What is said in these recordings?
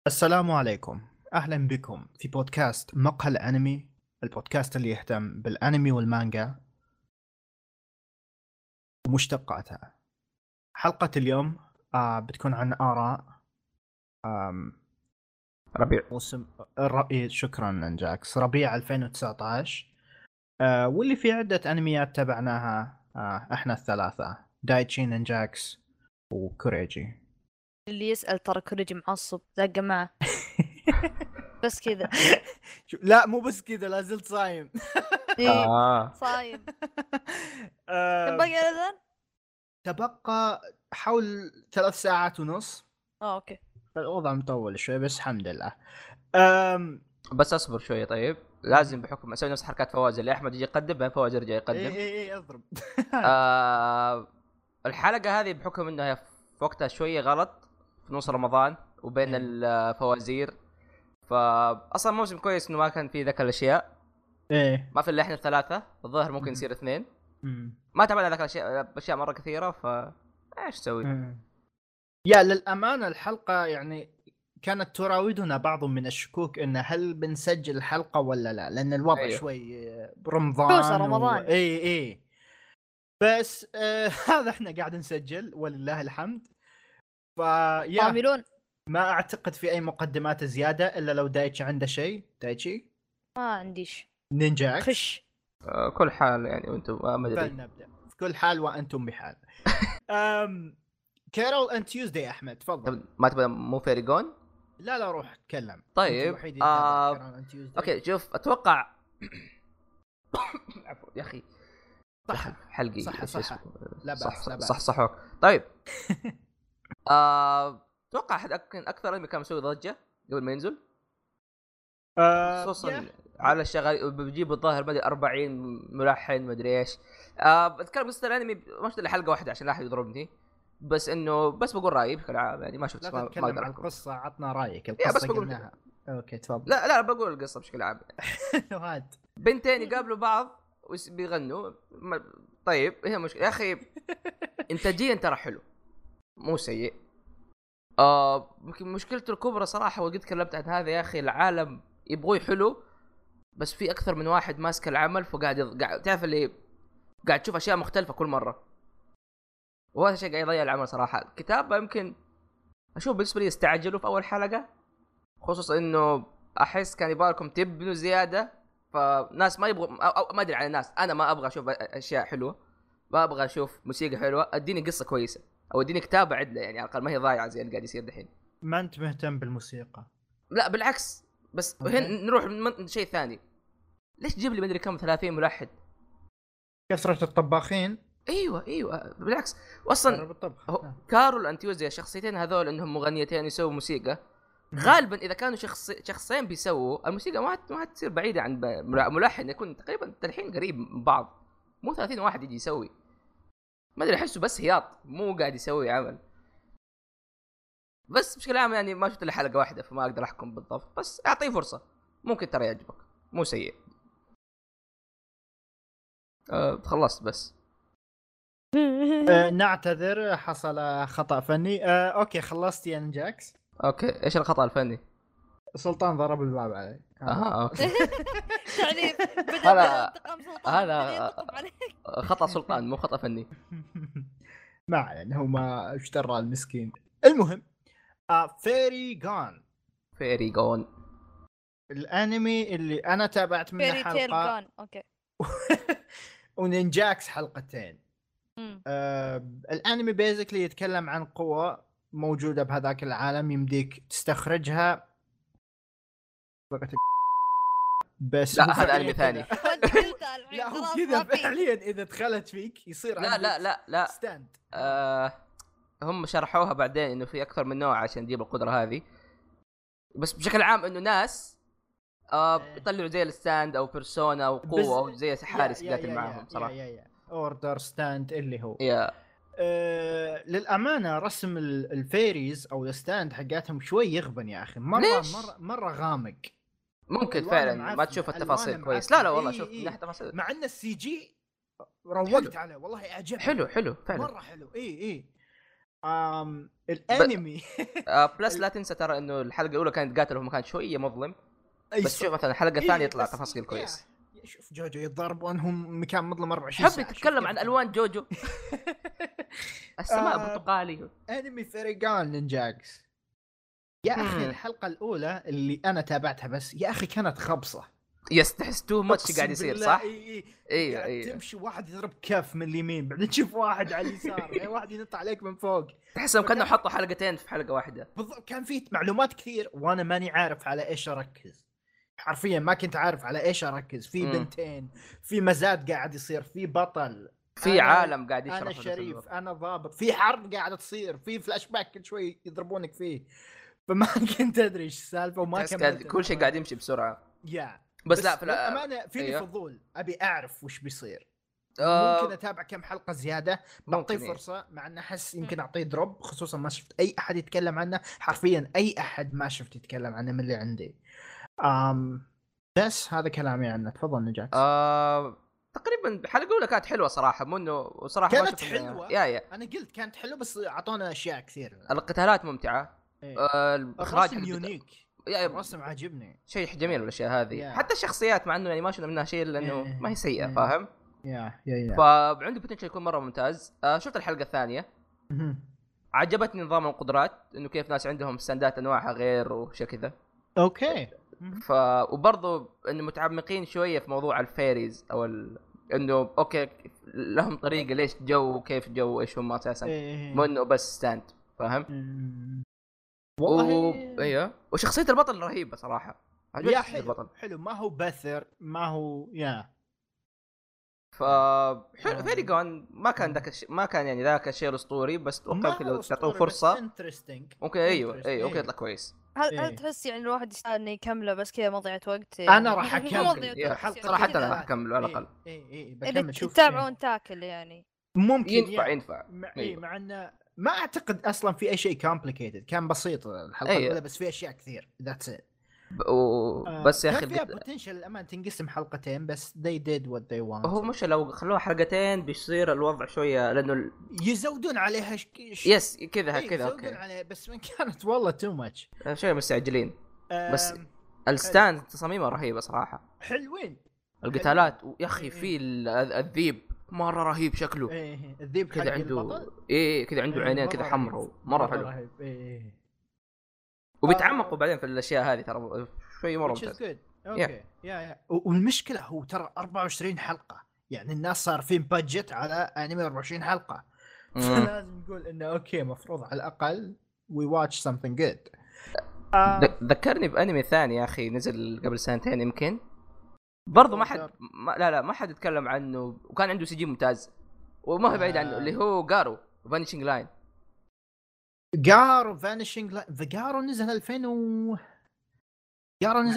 السلام عليكم. أهلا بكم في بودكاست مقهى الأنمي، البودكاست اللي يهتم بالأنمي والمانجا ومشتقاتها. حلقة اليوم بتكون عن آراء ربيع. موسم الرأي. شكرا جاكس. ربيع 2019، واللي في عدة أنميات تبعناها، احنا الثلاثة دايتشي نينجاكس وكوريجي. اللي يسأل ترى كوريجي معصب زي الجماعة. بس كذا. لا مو بس كذا، لازلت صايم. إيه صايم. كم باقي الأذان؟ تبقى حول 3 ساعات ونص. اوكي. الوضع مطول شوي بس الحمد لله. بس اصبر شويه. طيب لازم بحكم اسوي نفس حركات فواز اللي احمد يجي يقدم بعدين فواز يرجع يقدم. اي اضرب. الحلقه هذه بحكم انها في وقتها شويه غلط في نص رمضان وبين الفوازير، فاصلا موسم كويس انه ما كان فيه ذاك الاشياء. ايه ما في الا احنا الثلاثه، الظاهر ممكن يصير اثنين. ما تابعنا ذاك الاشياء، اشياء مره كثيره، ايش تسوي؟ يا للامانه الحلقه يعني كانت تراودنا بعض من الشكوك ان هل بنسجل الحلقه ولا لا، لان الوضع أيوه. شوي رمضان حوسة رمضان. اي بس هذا احنا قاعد نسجل ولله الحمد. فيا طاملون. ما اعتقد في اي مقدمات زياده الا لو دايتشي عنده شيء. دايتشي ما عنديش. نينجاكس خش. كل حال يعني وانتم ما ادري. فلنبدا. في كل حال وانتم بحال. كارول اند تيوزداي. احمد تفضل. ما تبغى مو فيريجون؟ لا روح تكلم. طيب. انت الوحيد اللي يتابع كارول اند تيوزداي. اوكي شوف اتوقع عفوا يا اخي صح حلقي صح لا بأس لا بأس. صح. طيب اتوقع احد اكثر انمي كان مسوي ضجه قبل ما ينزل، خصوصا على الشغال بيجيب الظاهر مدري 40 ملحن مدري ايش. بتكلم قصه الانمي ما شفت الا حلقه واحده عشان لا احد يضربني، بس انه بس بقول رايي بشكل عام يعني ما شفت. لا تتكلم عن القصه، عطنا رايك. بس القصه بقول قلناها. اوكي تفضل. لا بقول القصه بشكل عام. هاد بنتين يقابلوا بعض وبيغنوا طيب هي مشكله يا اخي. انتاجيا ترى حلو مو سيء. ممكن مشكلته الكبرى صراحه وقد تكلمت عن هذا يا اخي، العالم يبغوا حلو بس في اكثر من واحد ماسك العمل، فقاعد قاعد تعرف اللي قاعد تشوف اشياء مختلفه كل مره، وهذا الشيء قاعد يضيع العمل صراحه. الكتابه يمكن اشوف بالنسبه لي استعجلوا في اول حلقه، خصوصا انه احس كان يبغالكم تبنوا زياده، فناس ما يبغوا أو ما ادري عن الناس. انا ما ابغى اشوف اشياء حلوه، ما ابغى اشوف موسيقى حلوه، اديني قصه كويسه او اديني كتابه عدله يعني على الاقل ما هي ضايعه زي اللي قاعد يصير دحين. ما انت مهتم بالموسيقى؟ لا بالعكس، بس هنا نروح من شيء ثاني. ليش تجيب لي مدري كم 30 ملحن؟ كثرة الطباخين. ايوه بالعكس. واصلا كارول انتيوزيا الشخصيتين هذول انهم مغنيتين يسووا موسيقى، غالبا اذا كانوا شخصين بيسووا الموسيقى ما تصير بعيده عن ملحن يكون تقريبا تلحين قريب من بعض، مو 30 واحد يجي يسوي. ما ادري احسه بس هياط مو قاعد يسوي عمل. بس بشكل عام يعني ما شفت الا حلقه واحده فما اقدر احكم بالضبط، بس اعطيه فرصه ممكن ترى يعجبك مو سيء. خلصت بس. نعتذر حصل خطأ فني. اوكي خلصت يا نجاكس. اوكي ايش الخطأ الفني؟ سلطان ضرب الباب علي. اوكي. يعني هذا خطأ سلطان مو خطأ فني. ما علينا، هو ما اشترى المسكين. المهم فيري جون الانمي اللي انا تابعت منه حلقه. اوكي. ونينجاكس حلقتين. الانمي بيزيكلي يتكلم عن قوة موجودة بهذاك العالم يمديك تستخرجها بس لا هذا انمي ثاني. لا هو كذا فعليا اذا دخلت فيك يصير لا ستاند. هم شرحوها بعدين انه في اكثر من نوع عشان تجيب القدرة هذه، بس بشكل عام انه ناس يطلعوا زي الستاند او بيرسونا او قوة او زي حارس قاتل معهم صراحة. اوردر ستاند اللي هو للأمانة رسم الفيريز او الستاند حقاتهم شوي يغبن يا اخي. مرة غامق. ممكن فعلا ما تشوف التفاصيل كويس. لا والله شوف من ناحية التفاصيل، مع ان السي جي روقت عليه والله اعجبني. حلو فعلا مرة حلو. اي الانمي بلس لا تنسى ترى انه الحلقه الاولى كانت قاتل وما كان شويه مظلم، بس شوف مثلا الحلقه الثانيه يطلع تفاصيل كويس. شوف جوجو يتضربون هم مكان مظلم 24 ساعه. حبي تتكلم عن الوان جوجو. السماء برتقالي. انمي فريقان نينجاكس يا اخي. الحلقه الاولى اللي انا تابعتها بس يا اخي كانت خبصه. تحس تو ماتش قاعد يصير صح؟ ايوه تمشي واحد يضرب كف من اليمين بعدين تشوف واحد على اليسار واحد ينط عليك من فوق. تحسهم كانوا حطوا حلقتين في حلقه واحده بالضبط. كان في معلومات كثير وانا ماني عارف على ايش اركز. حرفيا ما كنت عارف على ايش اركز. في بنتين، في مزاد قاعد يصير، في بطل، في عالم قاعد يشرح، انا شريف، انا ضابط، في حرب قاعده تصير، في فلاش باك كل شوي يضربونك فيه. فما كنت ادري ايش السالفه وما كملت. كل شيء قاعد يمشي بسرعه. بس لا الامانه فيني فضول ابي اعرف وش بيصير. ممكن اتابع كم حلقه زياده، بعطيه فرصه، مع ان احس يمكن اعطيه دروب، خصوصا ما شفت اي احد يتكلم عنه. حرفيا اي احد ما شفت يتكلم عنه من اللي عندي. بس هذا كلامي عنه. تفضل نجاكس. تقريبا الحلقه الاولى كانت حلوه صراحه، مو انه صراحه كانت حلوه. يا انا قلت كانت حلوه بس اعطونا اشياء كثير. القتالات ممتعه. الاخراج يونيك، الرسم عاجبني، شيء جميل الاشياء هذه. حتى الشخصيات مع انه يعني ما شفنا منها شيء لانه ما هي سيئه، فاهم؟ فعندي بوتنشل يكون مره ممتاز. شفت الحلقه الثانيه، عجبتني نظام القدرات، انه كيف ناس عندهم ستاندات انواعها غير وشيء كذا. اوكي. وبرضه انه متعمقين شويه في موضوع الفيريز او انه اوكي لهم طريقه ليش جو وكيف جو ايش هم اساسا، مو انه بس ستاند، فاهم؟ والله ايوه. وشخصيه البطل رهيبه صراحه، يا حلو. حلو، ما هو بثر، ما هو فيريجون ما كان ما كان يعني ذاك الشيء الاسطوري، بس اتوقع لو تعطوه فرصه ممكن. ايوه ممكن يطلع كويس. هل تحس يعني الواحد يستاهل انه يكمله بس كذا مضيعة وقت؟ يعني انا راح اكمل صراحه انا راح اكمل على الاقل. بكمل. شوف تتابعون تاكل يعني ممكن ينفع مع انه ما اعتقد اصلا في اي شيء كومبليكيتد. كان بسيط الحلقه الاولى بس في اشياء كثير. ذاتس ات. بس يا اخي فيها بوتنشل الأمان تنقسم حلقتين بس they did what they want. هو مش لو خلوها حلقتين بيصير الوضع شويه لانه يزودون عليها يس كذا يزودون عليها بس من كانت والله تو ماتش شويه مستعجلين. بس الستاند تصاميمه رهيبه صراحه، حلوين القتالات يا اخي. في الذيب مره رهيب شكله. الذيب كذا عنده كذا عنده عينين كذا حمراء مره حلو. وبيتعمقوا بعدين في الاشياء هذه ترى شوي مره ممتاز. اوكي والمشكله هو ترى 24 حلقه، يعني الناس صار فين بادجت على انمي 24 حلقه. فلازم نقول انه اوكي مفروض على الاقل we watch something good. ذكرني بانمي ثاني يا اخي نزل قبل سنتين يمكن، برضو ما حد ما حد يتكلم عنه، وكان عنده سي جي ممتاز وما هو بعيد عنه، اللي هو جارو فانيشنج لاين. جارو فانيشنج لاين. جارو نزل 2000 جارو نزل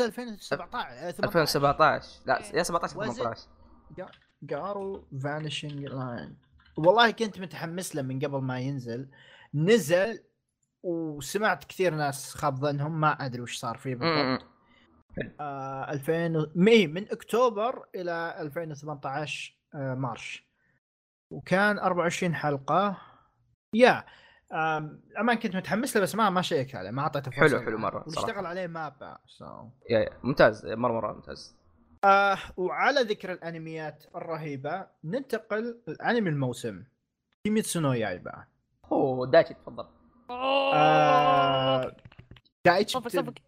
2017 لا يا 17 18. جارو فانيشنج لاين والله كنت متحمس له من قبل ما ينزل. نزل وسمعت كثير ناس خاب ظنهم، ما ادري وش صار فيه بالضبط. 2000 من اكتوبر الى 2018 مارش، وكان 24 حلقه. امان كنت متحمس له بس ما شيك عليه، ما اعطيته فرصه. حلو مره صراحه، واشتغل عليه مابا ممتاز مره ممتاز. وعلى ذكر الانميات الرهيبه ننتقل الانمي الموسم كيميتسو نو يايبا. دايتشي تفضل. دايتشي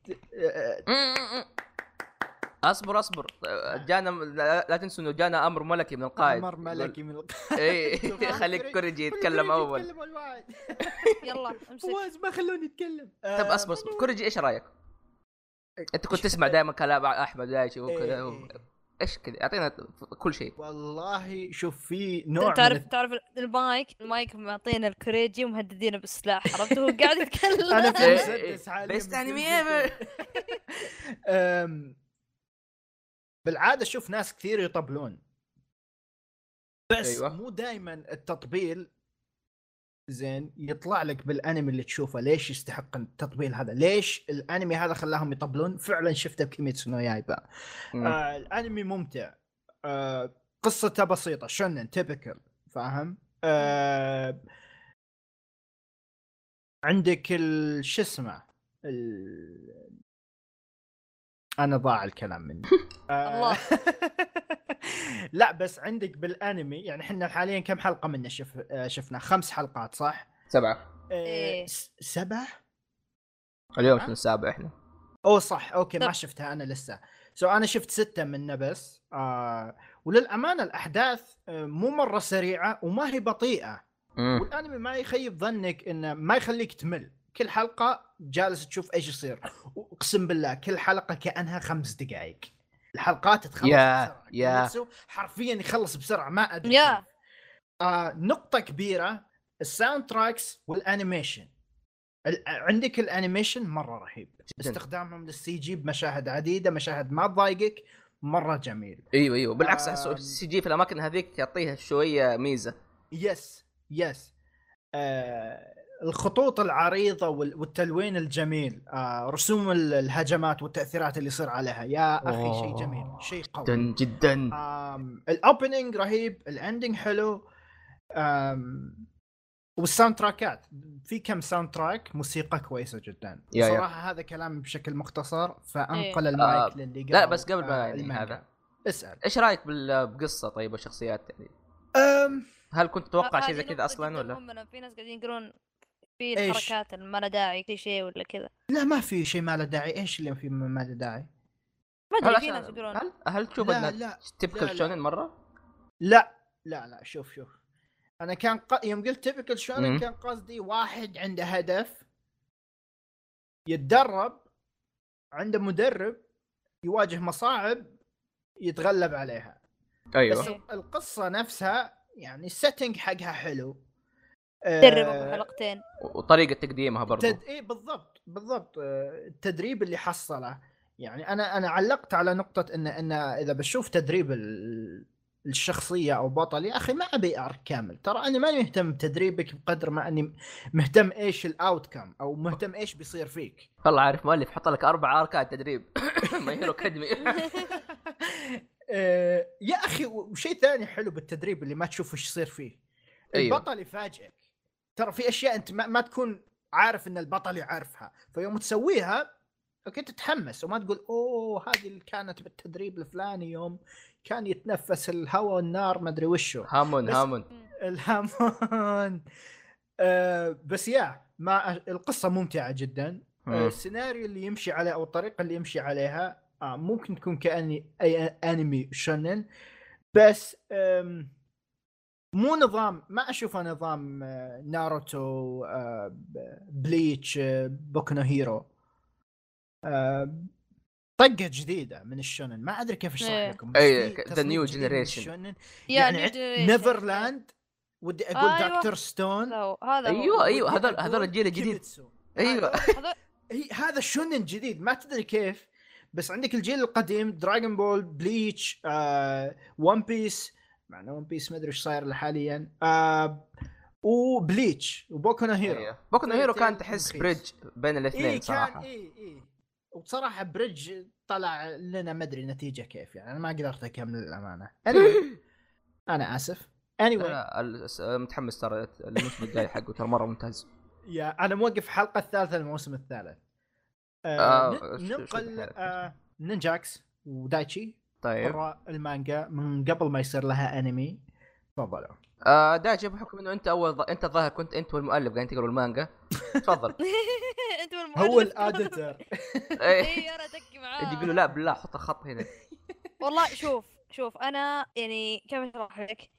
اصبر جانا لا تنسوا انه جانا امر ملكي من القائد. امر ملكي من القائد. اي خليك كوريجي يتكلم اول. يلا امسك. ما خلوني اتكلم. طب اصبر كوريجي ايش رايك؟ انت كنت تسمع دايما كلام احمد دايتشي وكذا ايش كذا، اعطينا كل شيء. والله شوف في نوع تعرف المايك معطينا الكوريجي ومهددينه بالسلاح، عرفت؟ هو قاعد يتكلم. انا في مسدس حاليا بس انمي. بالعاده اشوف ناس كثير يطبلون بس مو دائما التطبيل زين يطلع لك بالانمي اللي تشوفه. ليش يستحق التطبيل هذا؟ ليش الانمي هذا خلاهم يطبلون؟ فعلا شفته بكيميتسو نو يايبا. الانمي ممتع، قصته بسيطه، شونن تيبيكال، فاهم؟ عندك شو اسمه انا ضاع الكلام مني. الله. لا بس عندك بالانمي يعني احنا حاليا كم حلقه منه شفنا 5 حلقات صح؟ 7 إيه. 7 اليوم في السابع احنا. اوه صح اوكي ما شفتها انا لسه. انا شفت 6 منه بس. وللامانه الاحداث مو مره سريعه وما هي بطيئه. والانمي ما يخيب ظنك انه ما يخليك تمل. كل حلقه جالس تشوف ايش يصير. اقسم بالله كل حلقه كانها 5 دقائق. الحلقات تخلص بسرعه. يا حرفيا يخلص بسرعه ما ادري. يا نقطه كبيره الساوند تراكس والانيميشن. عندك الانيميشن مره رهيب جداً. استخدامهم للسي جي بمشاهد عديده مشاهد ما تضايقك مره جميل. ايوه بالعكس احس السي جي في الاماكن هذيك تعطيها شويه ميزه. يس الخطوط العريضه والتلوين الجميل. رسوم الهجمات والتاثيرات اللي يصير عليها يا اخي شيء جميل شيء قوي جدا. الاوبننج رهيب الاندنج حلو. والساوند تراكات في كم ساوند تراك موسيقى كويسه جدا صراحه. هذا كلام بشكل مختصر فانقل المايك للي لا بس قبل ما يعني هذا اسال ايش رايك بقصه طيب والشخصيات يعني هل كنت تتوقع شيء زي كذا اصلا ولا في ناس قاعدين يقولون في الحركات ما له داعي في شيء ولا كذا؟ لا ما في شيء ما له داعي. ايش اللي في ما له داعي؟ ما ادري في ناس يقولون هل تشوف انها تيبكال شونن مره؟ لا شوف انا كان يوم قلت تيبكال شونن كان قصدي واحد عنده هدف يتدرب عنده مدرب يواجه مصاعب يتغلب عليها. ايوه بس القصه نفسها يعني السيتنج حقها حلو. تدربوا حلقتين وطريقه تقديمها برضو ايه بالضبط التدريب اللي حصله. يعني انا علقت على نقطه ان اذا بشوف تدريب الشخصيه او بطل يا اخي ما ابي ارك كامل. ترى انا ماني مهتم بتدريبك بقدر ما اني مهتم ايش الاوتكم او مهتم ايش بيصير فيك. والله عارف مؤلف حط لك 4 اركات تدريب ما هيرو اكاديمي. يا اخي وشيء ثاني حلو بالتدريب اللي ما تشوف ايش يصير فيه. البطل يفاجئك. ترى في اشياء انت ما تكون عارف ان البطل يعرفها فيوم تسويها اوكي تتحمس وما تقول اوه هذه اللي كانت بالتدريب الفلاني يوم كان يتنفس الهواء والنار ما ادري وشو هامون الهامون. بس ما القصه ممتعه جدا. السيناريو اللي يمشي عليه او الطريقه اللي يمشي عليها ممكن تكون كأني اي انمي شونن بس مو نظام ما اشوفه نظام ناروتو بليتش بوكو نو هيرو. طقه جديده من الشونن ما ادري كيف اشرح لكم. اي ذا نيو جنريشن يعني نيفرلاند ودي اقول دكتور ستون. ايوه هذول الجيل الجديد. ايوه هذا الشونن جديد ما تدري كيف. بس عندك الجيل القديم دراغون بول بليتش ون بيس معناه ون بيس ما ادري ايش صاير حاليا وبليتش وبوكو نو هيرو. بوكو نو هيرو كان تحس بريدج بين الاثنين صراحه. اي وبصراحه بريدج طلع لنا ما ادري نتيجه كيف يعني انا ما قدرت اكمل الامانه. انا اسف. متحمس ترى الموسم الجاي حقه ترى مره ممتاز. انا موقف الحلقه الثالثه الموسم الثالث. ننقل نينجاكس ودايتشي. طيب المانجا من قبل ما يصير لها انمي. تفضلوا. دايتشي بحكم انه انت الظاهر كنت انت والمؤلف قاعدين تقروا المانجا. تفضل. انت والمؤلف هو الاديتور. اي انا ادق معاه يقولوا لا بالله حط الخط هنا. والله شوف انا يعني كيف اشرح لك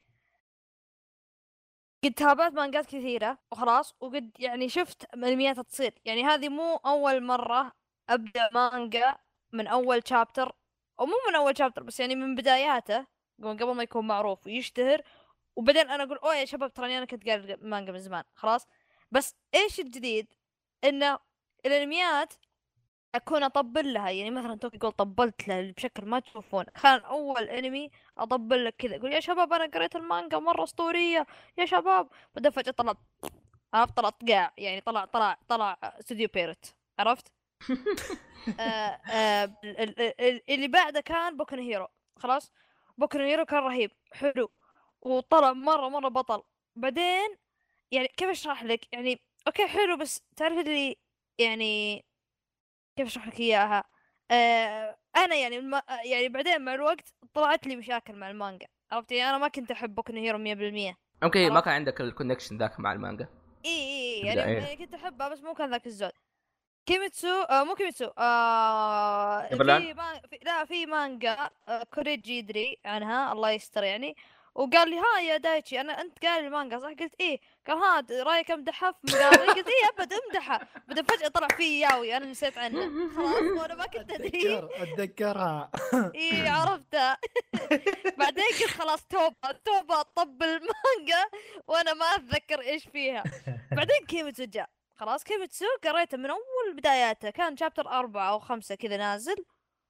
قد تابعت مانجات كثيرة وخلاص وقد يعني شفت انميات تصير يعني هذه مو أول مرة أبدأ مانجا من أول شابتر أو مو من أول شابتر بس يعني من بداياته قبل ما يكون معروف ويشتهر وبعدين أنا أقول أوه يا شباب تراني أنا كنت قارئ مانجا من زمان خلاص. بس إيش الجديد إنه الانميات أكون أطبل لها يعني مثلا توك يقول طبلت له بشكل ما تشوفون. كان أول أنمي أطبل لك كذا أقول يا شباب أنا قريت المانجا مرة أسطورية يا شباب بعدين فجأة طلعت قاع يعني طلع استوديو بيرت عرفت. اللي بعده كان بوكو نو هيرو خلاص. بوكو نو هيرو كان رهيب حلو وطلع مرة بطل. بعدين يعني كيف اشرح لك يعني اوكي حلو، بس تعرف اللي يعني كيف اشرح لك اياها. انا يعني يعني بعدين مع الوقت طلعت لي مشاكل مع المانجا، عرفت؟ يعني انا ما كنت احب بوكو نو هيرو 100%. اوكي ما عرفت؟ كان عندك الكونكشن ذاك مع المانجا اي يعني البداية. كنت احبها بس مو كان ذاك الزود. كيميتسو مو كيميتسو نيفرلاند. لا في مانجا كوريجي يدري عنها الله يستر يعني. وقال لي ها يا دايتشي انت قال لي مانجا صح؟ قلت ايه. قال ها رايك امدحها في مقالي؟ قلت ايه ابد امدحها. بعدين فجأة طلع فيه ياوي انا نسيت عنه خلاص وانا ما كنت ادري. اتذكرها. ايه عرفتها. بعدين قلت خلاص توبة طب المانجا وانا ما اتذكر ايش فيها. بعدين كيميتسو جاء خلاص. كيميتسو قريته من اول بداياته، كان شابتر 4 أو 5 كذا نازل،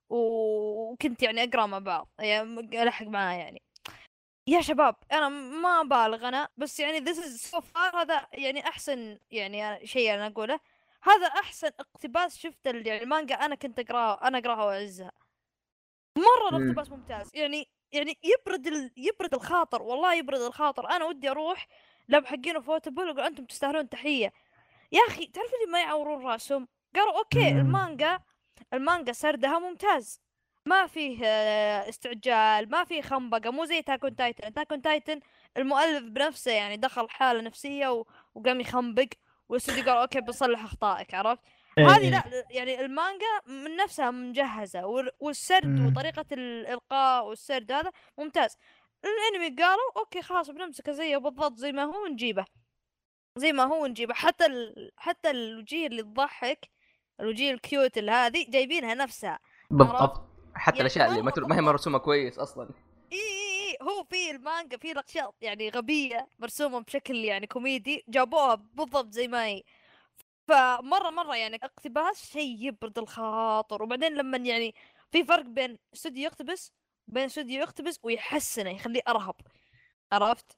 وكنت يعني اقرا مع بعض يعني الحق معاه يعني. يا شباب انا ما بالغ انا، بس يعني this is so far هذا يعني احسن يعني شيء انا اقوله. هذا احسن اقتباس شفته يعني المانجا انا كنت اقراها واعزها. مرة الاقتباس ممتاز يعني يبرد الخاطر، والله يبرد الخاطر. انا ودي اروح لو حقين فوتبل واقول انتم تستاهلون تحية. يا اخي تعرف اللي ما يعورون راسهم. قالوا اوكي المانجا سردها ممتاز، ما فيه استعجال، ما فيه خنبقة، مو زي تاكون تايتن. تاكون تايتن المؤلف بنفسه يعني دخل حالة نفسية وقام يخنبق، والاستوديو قال اوكي بصلح اخطائك، عرفت؟ هذه ايه لا يعني المانجا من نفسها مجهزة، والسرد وطريقة الإلقاء والسرد هذا ممتاز. الانمي قالوا اوكي خلاص بنمسكه زيه بالضبط زي ما هو ونجيبه زي ما هو ونجيبه. حتى الوجيه اللي تضحك، الوجيه الكيوت اللي هذه جايبينها نفسها، عرفت؟ بالضبط. حتى يعني الاشياء اللي مرة ما هي بالضبط. مرسومه كويس اصلا. إيه هو في المانجا في لقطات يعني غبية مرسومة بشكل يعني كوميدي، جابوها بالضبط زي ما هي. فمرة يعني اقتباس شيء يبرد الخاطر. وبعدين لما يعني في فرق بين استوديو يقتبس وبين استوديو يقتبس ويحسنه يخليه ارهب، عرفت؟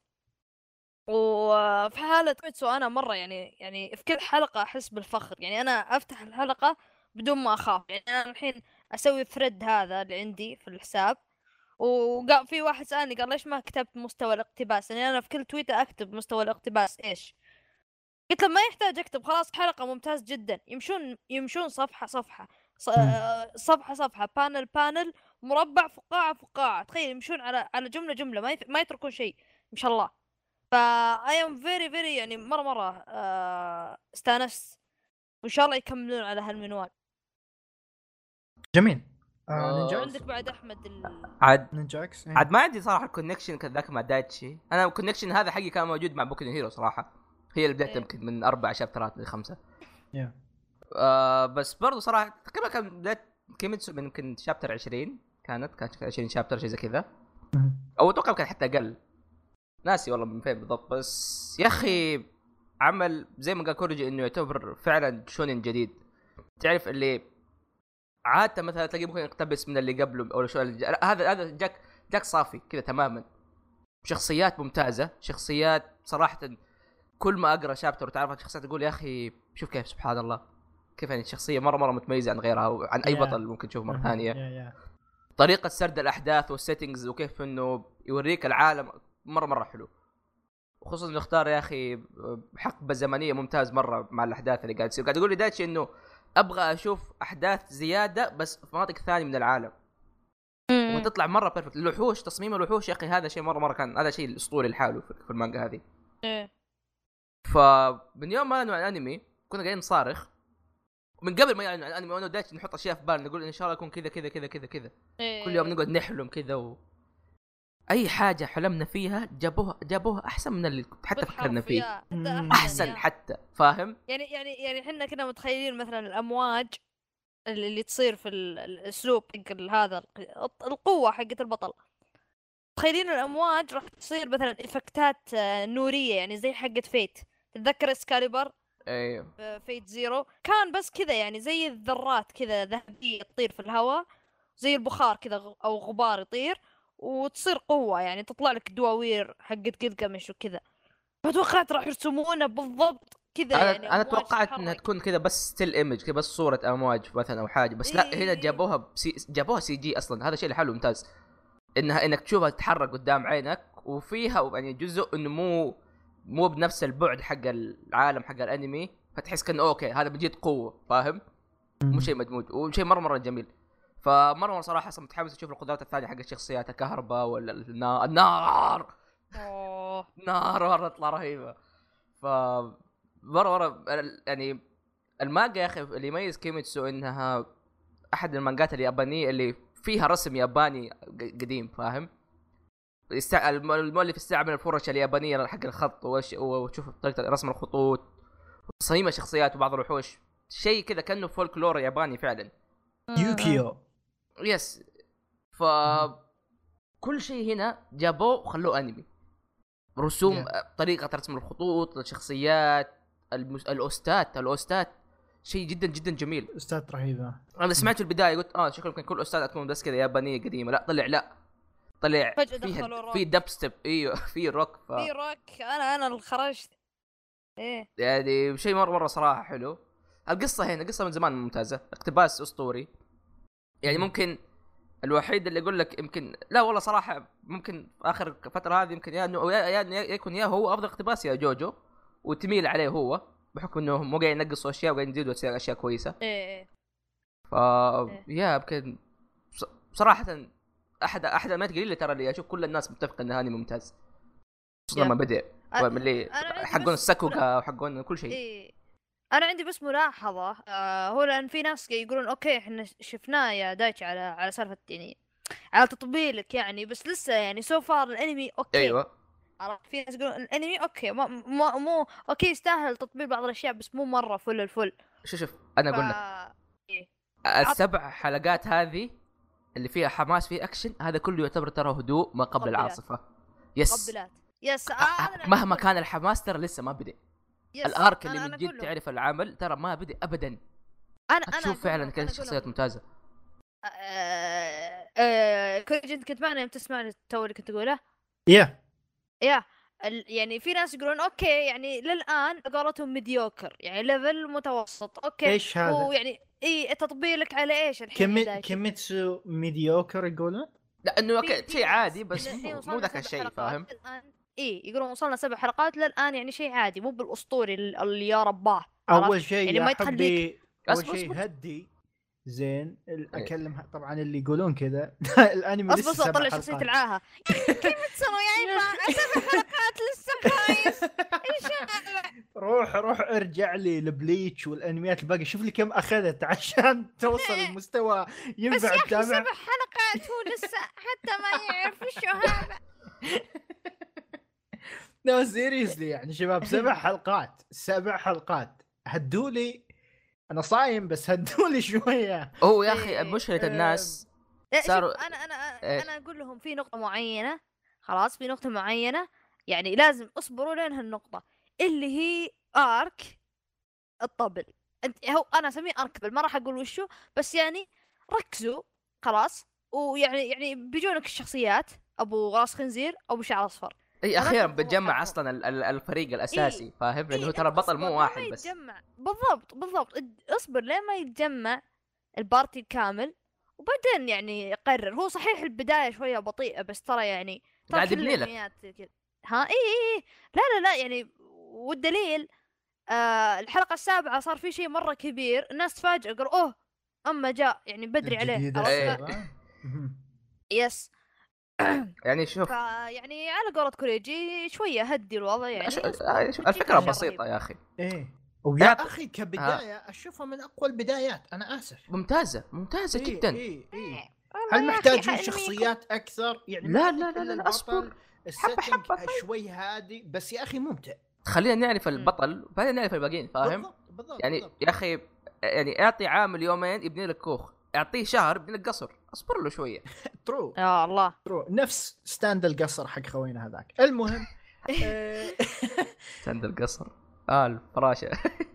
وفي حالة كويتسو أنا مرة يعني في كل حلقة أحس بالفخر. يعني أنا أفتح الحلقة بدون ما أخاف. يعني أنا الحين أسوي ثريد هذا اللي عندي في الحساب، وقال في واحد سألني قال ليش ما كتبت مستوى الاقتباس؟ يعني أنا في كل تويتر أكتب مستوى الاقتباس إيش. قلت له ما يحتاج أكتب، خلاص حلقة ممتاز جدا. يمشون صفحة صفحة، صفحة صفحة، بانل مربع، فقاعة فقاعة. تخيل يمشون على جملة جملة، ما يتركون شيء ما شاء الله. فا I am very very يعني مرة استانست، وإن شاء الله يكملون على هالمنوال. جميل. آه. وعندك بعد أحمد عاد نينجا اكس. عاد ما عندي صراحه الكونكشن كذاك مع دايتشي. انا الكونكشن هذا حقي كان موجود مع بوكو نو هيرو صراحه. هي اللي بدأت إيه. يمكن من 4 شابترات ل5. يا بس برضو صراحه تقريبا كان بدايه كيميتسو من يمكن شابتر 20. كانت 20 شابتر شيء زي كذا، او اتوقع كان حتى اقل، ناسي والله من فين بالضبط. بس يا اخي عمل زي ما قال كوريجي انه يعتبر فعلا شونين جديد. تعرف اللي عاده مثلا تلاقيه ممكن يقتبس من اللي قبله او شو هذا جاك صافي كذا تماما. شخصيات ممتازه، شخصيات صراحه كل ما اقرا شابتر وتعرف شخصيات تقول يا اخي شوف كيف سبحان الله، كيف يعني الشخصيه مره متميزه عن غيرها وعن اي بطل ممكن تشوفه مره ثانيه. طريقه سرد الاحداث والسيتنجز وكيف انه يوريك العالم مره حلو. وخصوصا انه اختار يا اخي حقبه زمنيه ممتاز مره مع الاحداث اللي قاعد تصير. قاعد يقول لي دايتشي انه ابغى اشوف احداث زياده بس في مناطق ثانيه من العالم وتطلع مره بيرفكت. الوحوش، تصميم الوحوش يا اخي هذا شيء مره كان هذا شيء اسطوري لحاله في المانجا هذه. فمن يوم ما اعلنوا عن الانمي كنا قاعدين نصارخ من قبل ما يعلنوا عن الانمي، وانا ودايتشي نحط اشياء في بالنا نقول ان شاء الله يكون كذا كذا كذا كذا كذا. كل يوم نقعد نحلم كذا اي حاجه حلمنا فيها جابوها احسن من اللي حتى فكرنا فيه، احسن حتى فاهم. يعني احنا كنا متخيلين مثلا الامواج اللي تصير في الاسلوب حق هذا القوه حقت البطل، متخيلين الامواج راح تصير مثلا افكتات نوريه يعني زي حقت فيت. تتذكر اسكاليبر؟ ايوه فيت زيرو كان بس كذا يعني زي الذرات كذا ذهبيه تطير في الهواء زي البخار كذا او غبار يطير وتصير قوة، يعني تطلع لك دواوير حقت قلقمش وكذا. فتوقعت راح يرسمونه بالضبط كذا يعني انا توقعت انها تكون كذا بس ستيل ايمج كذا بس صورة امواج مثلا او حاجة، بس لا هنا جابوها سي جي اصلا. هذا شيء لحاله ممتاز، انك تشوفها تتحرك قدام عينك وفيها يعني جزء انه مو مو بنفس البعد حق العالم حق الانمي، فتحس كأنه اوكي هذا بجد قوه، فاهم؟ مو شيء مدموج، وشيء مره جميل. فمره صراحه متحمس اشوف القدرات الثانيه حق الشخصيات، الكهرباء ولا النار. نار مره تطلع رهيبه. ف مره يعني المانجا يا اخي اللي يميز كيميتسو انها احد المانجات اليابانيه اللي فيها رسم ياباني قديم، فاهم؟ المؤلف استعمل الفرش اليابانيه حق الخط وشوف طريقه رسم الخطوط وتصميم الشخصيات وبعض الوحوش، شيء كذا كانه فولكلور ياباني فعلا. يوكيو يس. ف كل شيء هنا جابوه وخلوه انمي. رسوم طريقه رسم الخطوط، الشخصيات، الاوستات شيء جدا جميل. استاذ رهيبه. انا سمعت في البدايه قلت شكله كان كل استاذ تكون بس كذا يابانيه قديمه، لا طلع في دب ستيب. ايوه في روك في روك. انا اللي خرجت يعني شيء مره صراحه حلو. القصه هنا قصه من زمان ممتازه، اقتباس اسطوري يعني. ممكن الوحيد اللي يقول لك يمكن لا والله صراحه ممكن اخر فتره هذه يمكن يكون هو افضل اقتباس يا جوجو، وتميل عليه هو بحكم انه مو قاعد ينقصوا اشياء وقاعد يزيدوا اشياء كويسه. ف يا يمكن بصراحه احد الانميات قليله ترى اللي اشوف كل الناس متفقه انه انمي ممتاز لما بدا اللي حقون الساكوغا وحقون كل شيء. انا عندي بس ملاحظه هو لان في ناس يقولون اوكي احنا شفناه يا دايتش على سالفه يعني على تطبيلك يعني، بس لسه يعني سو فار الانمي اوكي. ايوه عرفت، في ناس يقولون الانمي اوكي مو اوكي يستاهل تطبيل بعض الاشياء بس مو مره فل الفل. شوف انا اقول لك السبع حلقات هذه اللي فيها حماس فيه اكشن، هذا كله يعتبر ترى هدوء ما قبل العاصفه. يس مهما كان الحماس ترى لسه ما بدأ. الارك اللي من جد تعرف العمل ترى ما بدأ ابدا. انا شوف فعلا كل الشخصيات ممتازه. كنت معنا يوم تسمعني تو اللي كنت اقوله. يعني في ناس يقولون اوكي يعني للان قولتهم ميديوكر يعني ليفل متوسط. اوكي ايش هذا؟ ويعني تطبيلك على ايش الحين؟ كيميتسو ميديوكر يقولون؟ لا انه شيء عادي بس مو ذاك الشيء، فاهم؟ يقولون وصلنا 7 حلقات للان يعني شيء عادي مو بالاسطوري اللي يا رباه. اول شيء يعني ما يخليك اول شيء هدي زين اكلم طبعا اللي يقولون كذا الانمي لسه 7 حلقات. شخصية العاهة كيف تسوي يا 7 حلقات لسه كويس. روح ارجع لي لبليتش والانميات الباقي، شوف لي كم اخذت عشان توصل المستوى ينفع تتابع. بس 7 حلقات هو لسه حتى ما يعرف وش هذا. نو سيريسلي يعني شباب 7 حلقات هدولي. انا صايم بس هدولي شويه. هو يا اخي مشكله الناس صاروا انا اقول لهم في نقطه معينه، خلاص في نقطه معينه يعني لازم اصبروا لين هالنقطه اللي هي ارك الطبل. هو انا اسميه ارك ما راح اقول وشو، بس يعني ركزوا خلاص. ويعني بيجونك الشخصيات ابو راس خنزير ابو شعر اصفر. اي اخيرا بتجمع اصلا الفريق الاساسي، فاهم؟ لانه ترى البطل مو واحد بس. بالضبط اصبر لين ما يتجمع البارتي الكامل وبعدين يعني يقرر. هو صحيح البدايه شويه بطيئه بس ترى يعني قاعد يبني لك. ها اي لا يعني. والدليل الحلقه 7 صار في شيء مره كبير، الناس تفاجئوا قالوا اوه اما جاء يعني بدري عليه. يس يعني شوف يعني على قولة كوريجي شويه هدي الوضع يعني. الفكره بسيطه يا اخي. ويا اخي كبدايه اشوفها من اقوى البدايات. انا اسف ممتازه جدا. هل محتاجين شخصيات اكثر يعني؟ لا اصبر السيتنج شوي هادي بس يا اخي ممتع. خلينا نعرف البطل وبعدين نعرف الباقيين، فاهم؟ بالضبط. يعني يا اخي يعني اعطي عامل يومين يبني لك كوخ، اعطيه شهر يبني لك قصر، اصبر له شويه. ترو يا الله ترو نفس ستاند القصر حق خوينا هذاك. المهم ستاند القصر الفراشه.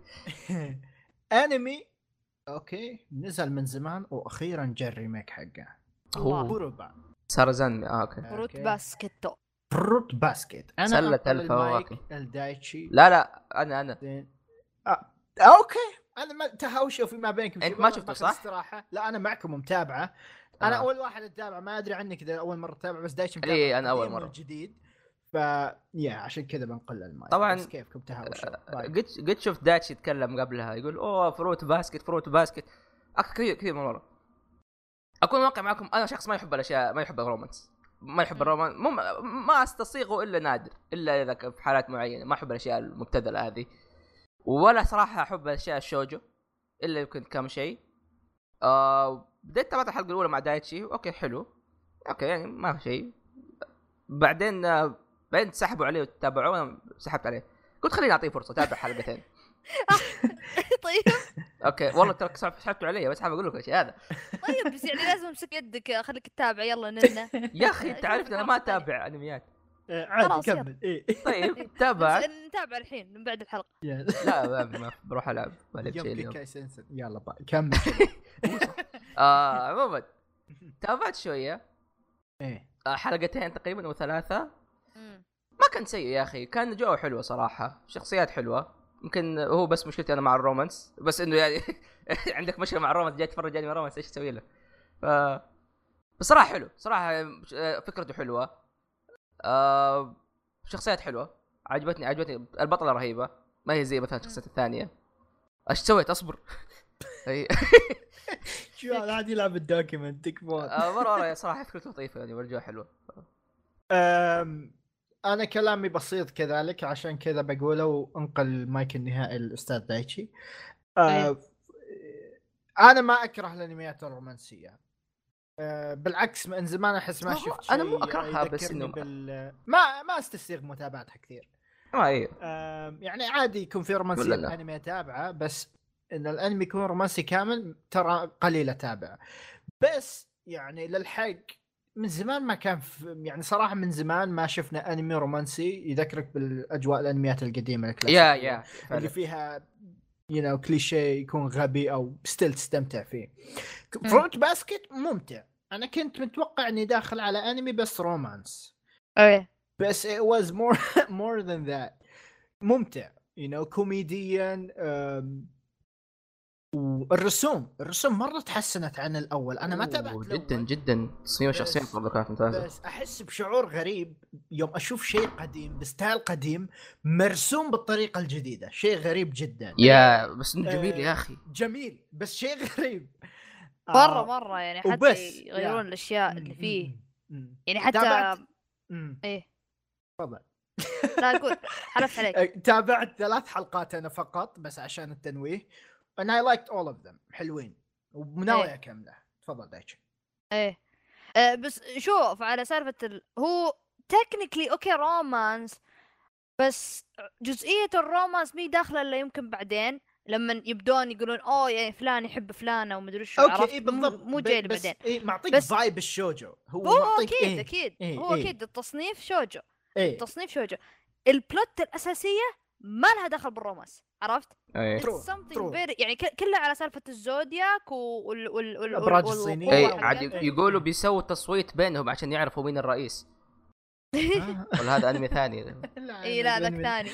انمي اوكي نزل من زمان واخيرا جاء الريميك حقه. هو سارزان اوكي فروت باسكت. انا سلة الفواكه الدايتشي. لا انا اوكي انا ما تهاوشوا فيما بينكم. انت ما شفته صح؟ استراحه. لا انا معكم متابعه. انا اول واحد اتابع، ما ادري عنك اذا اول مره تتابع، بس دايتشي متابع. اي انا اول مره جديد. يا عشان كذا بنقل الماي. طبعاً. بس كيفكم تهاوشوا؟ قد شفت داتشي يتكلم قبلها يقول اوه فروت باسكت كثير من ورا. اكون واقع معكم، انا شخص ما يحب الاشياء، ما يحب الرومانس، ما يحب الرومان، ما استصيغه الا نادر، الا اذا في حالات معينه. ما احب الاشياء المبتذله هذه، ولا صراحه احب الاشياء الشوجو الا يمكن كم شيء. بديت تابعت الحلقه الاولى مع دايتشي، اوكي حلو، اوكي يعني ما في شيء. بعدين سحبوا عليه وتابعوه، انا سحبت عليه، قلت خليني اعطيه فرصه تابع حلقتين. طيب اوكي والله ترى سحبتوا علي، بس حاب اقول لك الشيء هذا. طيب بس يعني لازم امسك يدك خليك تتابع، يلا ننا. يا اخي انت عارف انا ما اتابع انميات. عادي كمل. طيب تابع نتابع الحين من بعد الحلقه. لا ما بروح العب ولا شيء اليوم. يلا بقى كمل. عموما تابعت شويه، ايه حلقتين تقريبا او 3. ما كان سيء يا اخي، كان جو حلوه صراحه، شخصيات حلوه. يمكن هو بس مشكلتي انا مع الرومانس، بس انه يعني عندك مشكله مع الرومانس، جاي تتفرج يعني رومانس ايش تسوي له؟ بصراحه حلو صراحه، فكرته حلوه، شخصيات حلوه، عجبتني البطله رهيبه، ما هي زي مثلا الشخصيات الثانيه. ايش سويت؟ اصبر. شو هذا قاعد يلعب الدوكيمنت تكفون. مره صراحه فكرته لطيفه يعني، والجو حلوه. انا كلامي بسيط كذلك، عشان كذا بقوله وانقل مايك النهائي الاستاذ دايتشي. انا ما اكره الانميات الرومانسيه، بالعكس من زمان احس ما شفت شيء. انا مو اكرهها بس انه ما استسيغ متابعتها كثير. ايوه يعني عادي يكون في رومانسيه الانمي اتابعه، بس ان الانمي يكون رومانسي كامل ترى قليل اتابعه. بس يعني للحق من زمان ما كان يعني صراحه من زمان ما شفنا انمي رومانسي يذكرك بالاجواء الانميات القديمه الكلاسيكيه اللي فيها كليشيه يكون غبي او ستيل تستمتع فيه. فروت باسكت ممتع، انا كنت متوقع اني داخل على انمي بس رومانس، بس it was more than that. ممتع كوميديا، والرسوم مرة تحسنت عن الأول. أنا ما تابعت جدا تصميم الشخصيات برضه كانت ممتازة، بس أحس بشعور غريب يوم أشوف شيء قديم بستايل قديم مرسوم بالطريقة الجديدة، شيء غريب جدا. يا بس إنه جميل يا أخي، جميل بس شيء غريب مرة يعني حتى يغيرون الأشياء اللي فيه يعني حتى إيه تفضل. لا أقول حلف عليك. تابعت 3 حلقات أنا فقط بس عشان التنويه، and I liked all of them، حلوين ومنوعة كاملة. تفضل دايتش. بس شوف على سالفة هو تكنيكلي اوكي رومانس، بس جزئية الرومانس مي داخلة الا يمكن بعدين لما يبدون يقولون يعني فلان يحب فلانة ومدري شو. عرفت بالضبط، مو جاي بعدين. معطيك فايب الشوجو، هو معطيك اكيد هو اكيد التصنيف شوجو. التصنيف شوجو، البلوت الأساسية ما لها دخل بالرومانس، عرفت؟ يعني كلها على سالفة الزودياك والأبراج الصينية. عاد يقولوا بيسووا تصويت بينهم عشان يعرفوا مين الرئيس. ولا هذا أنمي ثاني؟ لا ذاك ثاني.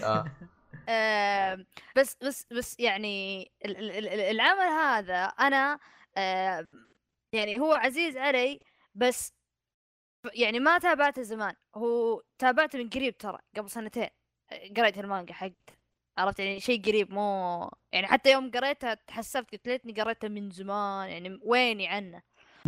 بس يعني العمل هذا أنا يعني هو عزيز علي، بس يعني ما تابعته زمان، هو تابعته من قريب ترى قبل 2 قريت المانجا حقت، عرفت يعني شيء قريب، مو يعني حتى يوم قريتها تحسبت قلت ليتني قريتها من زمان، يعني ويني عنه.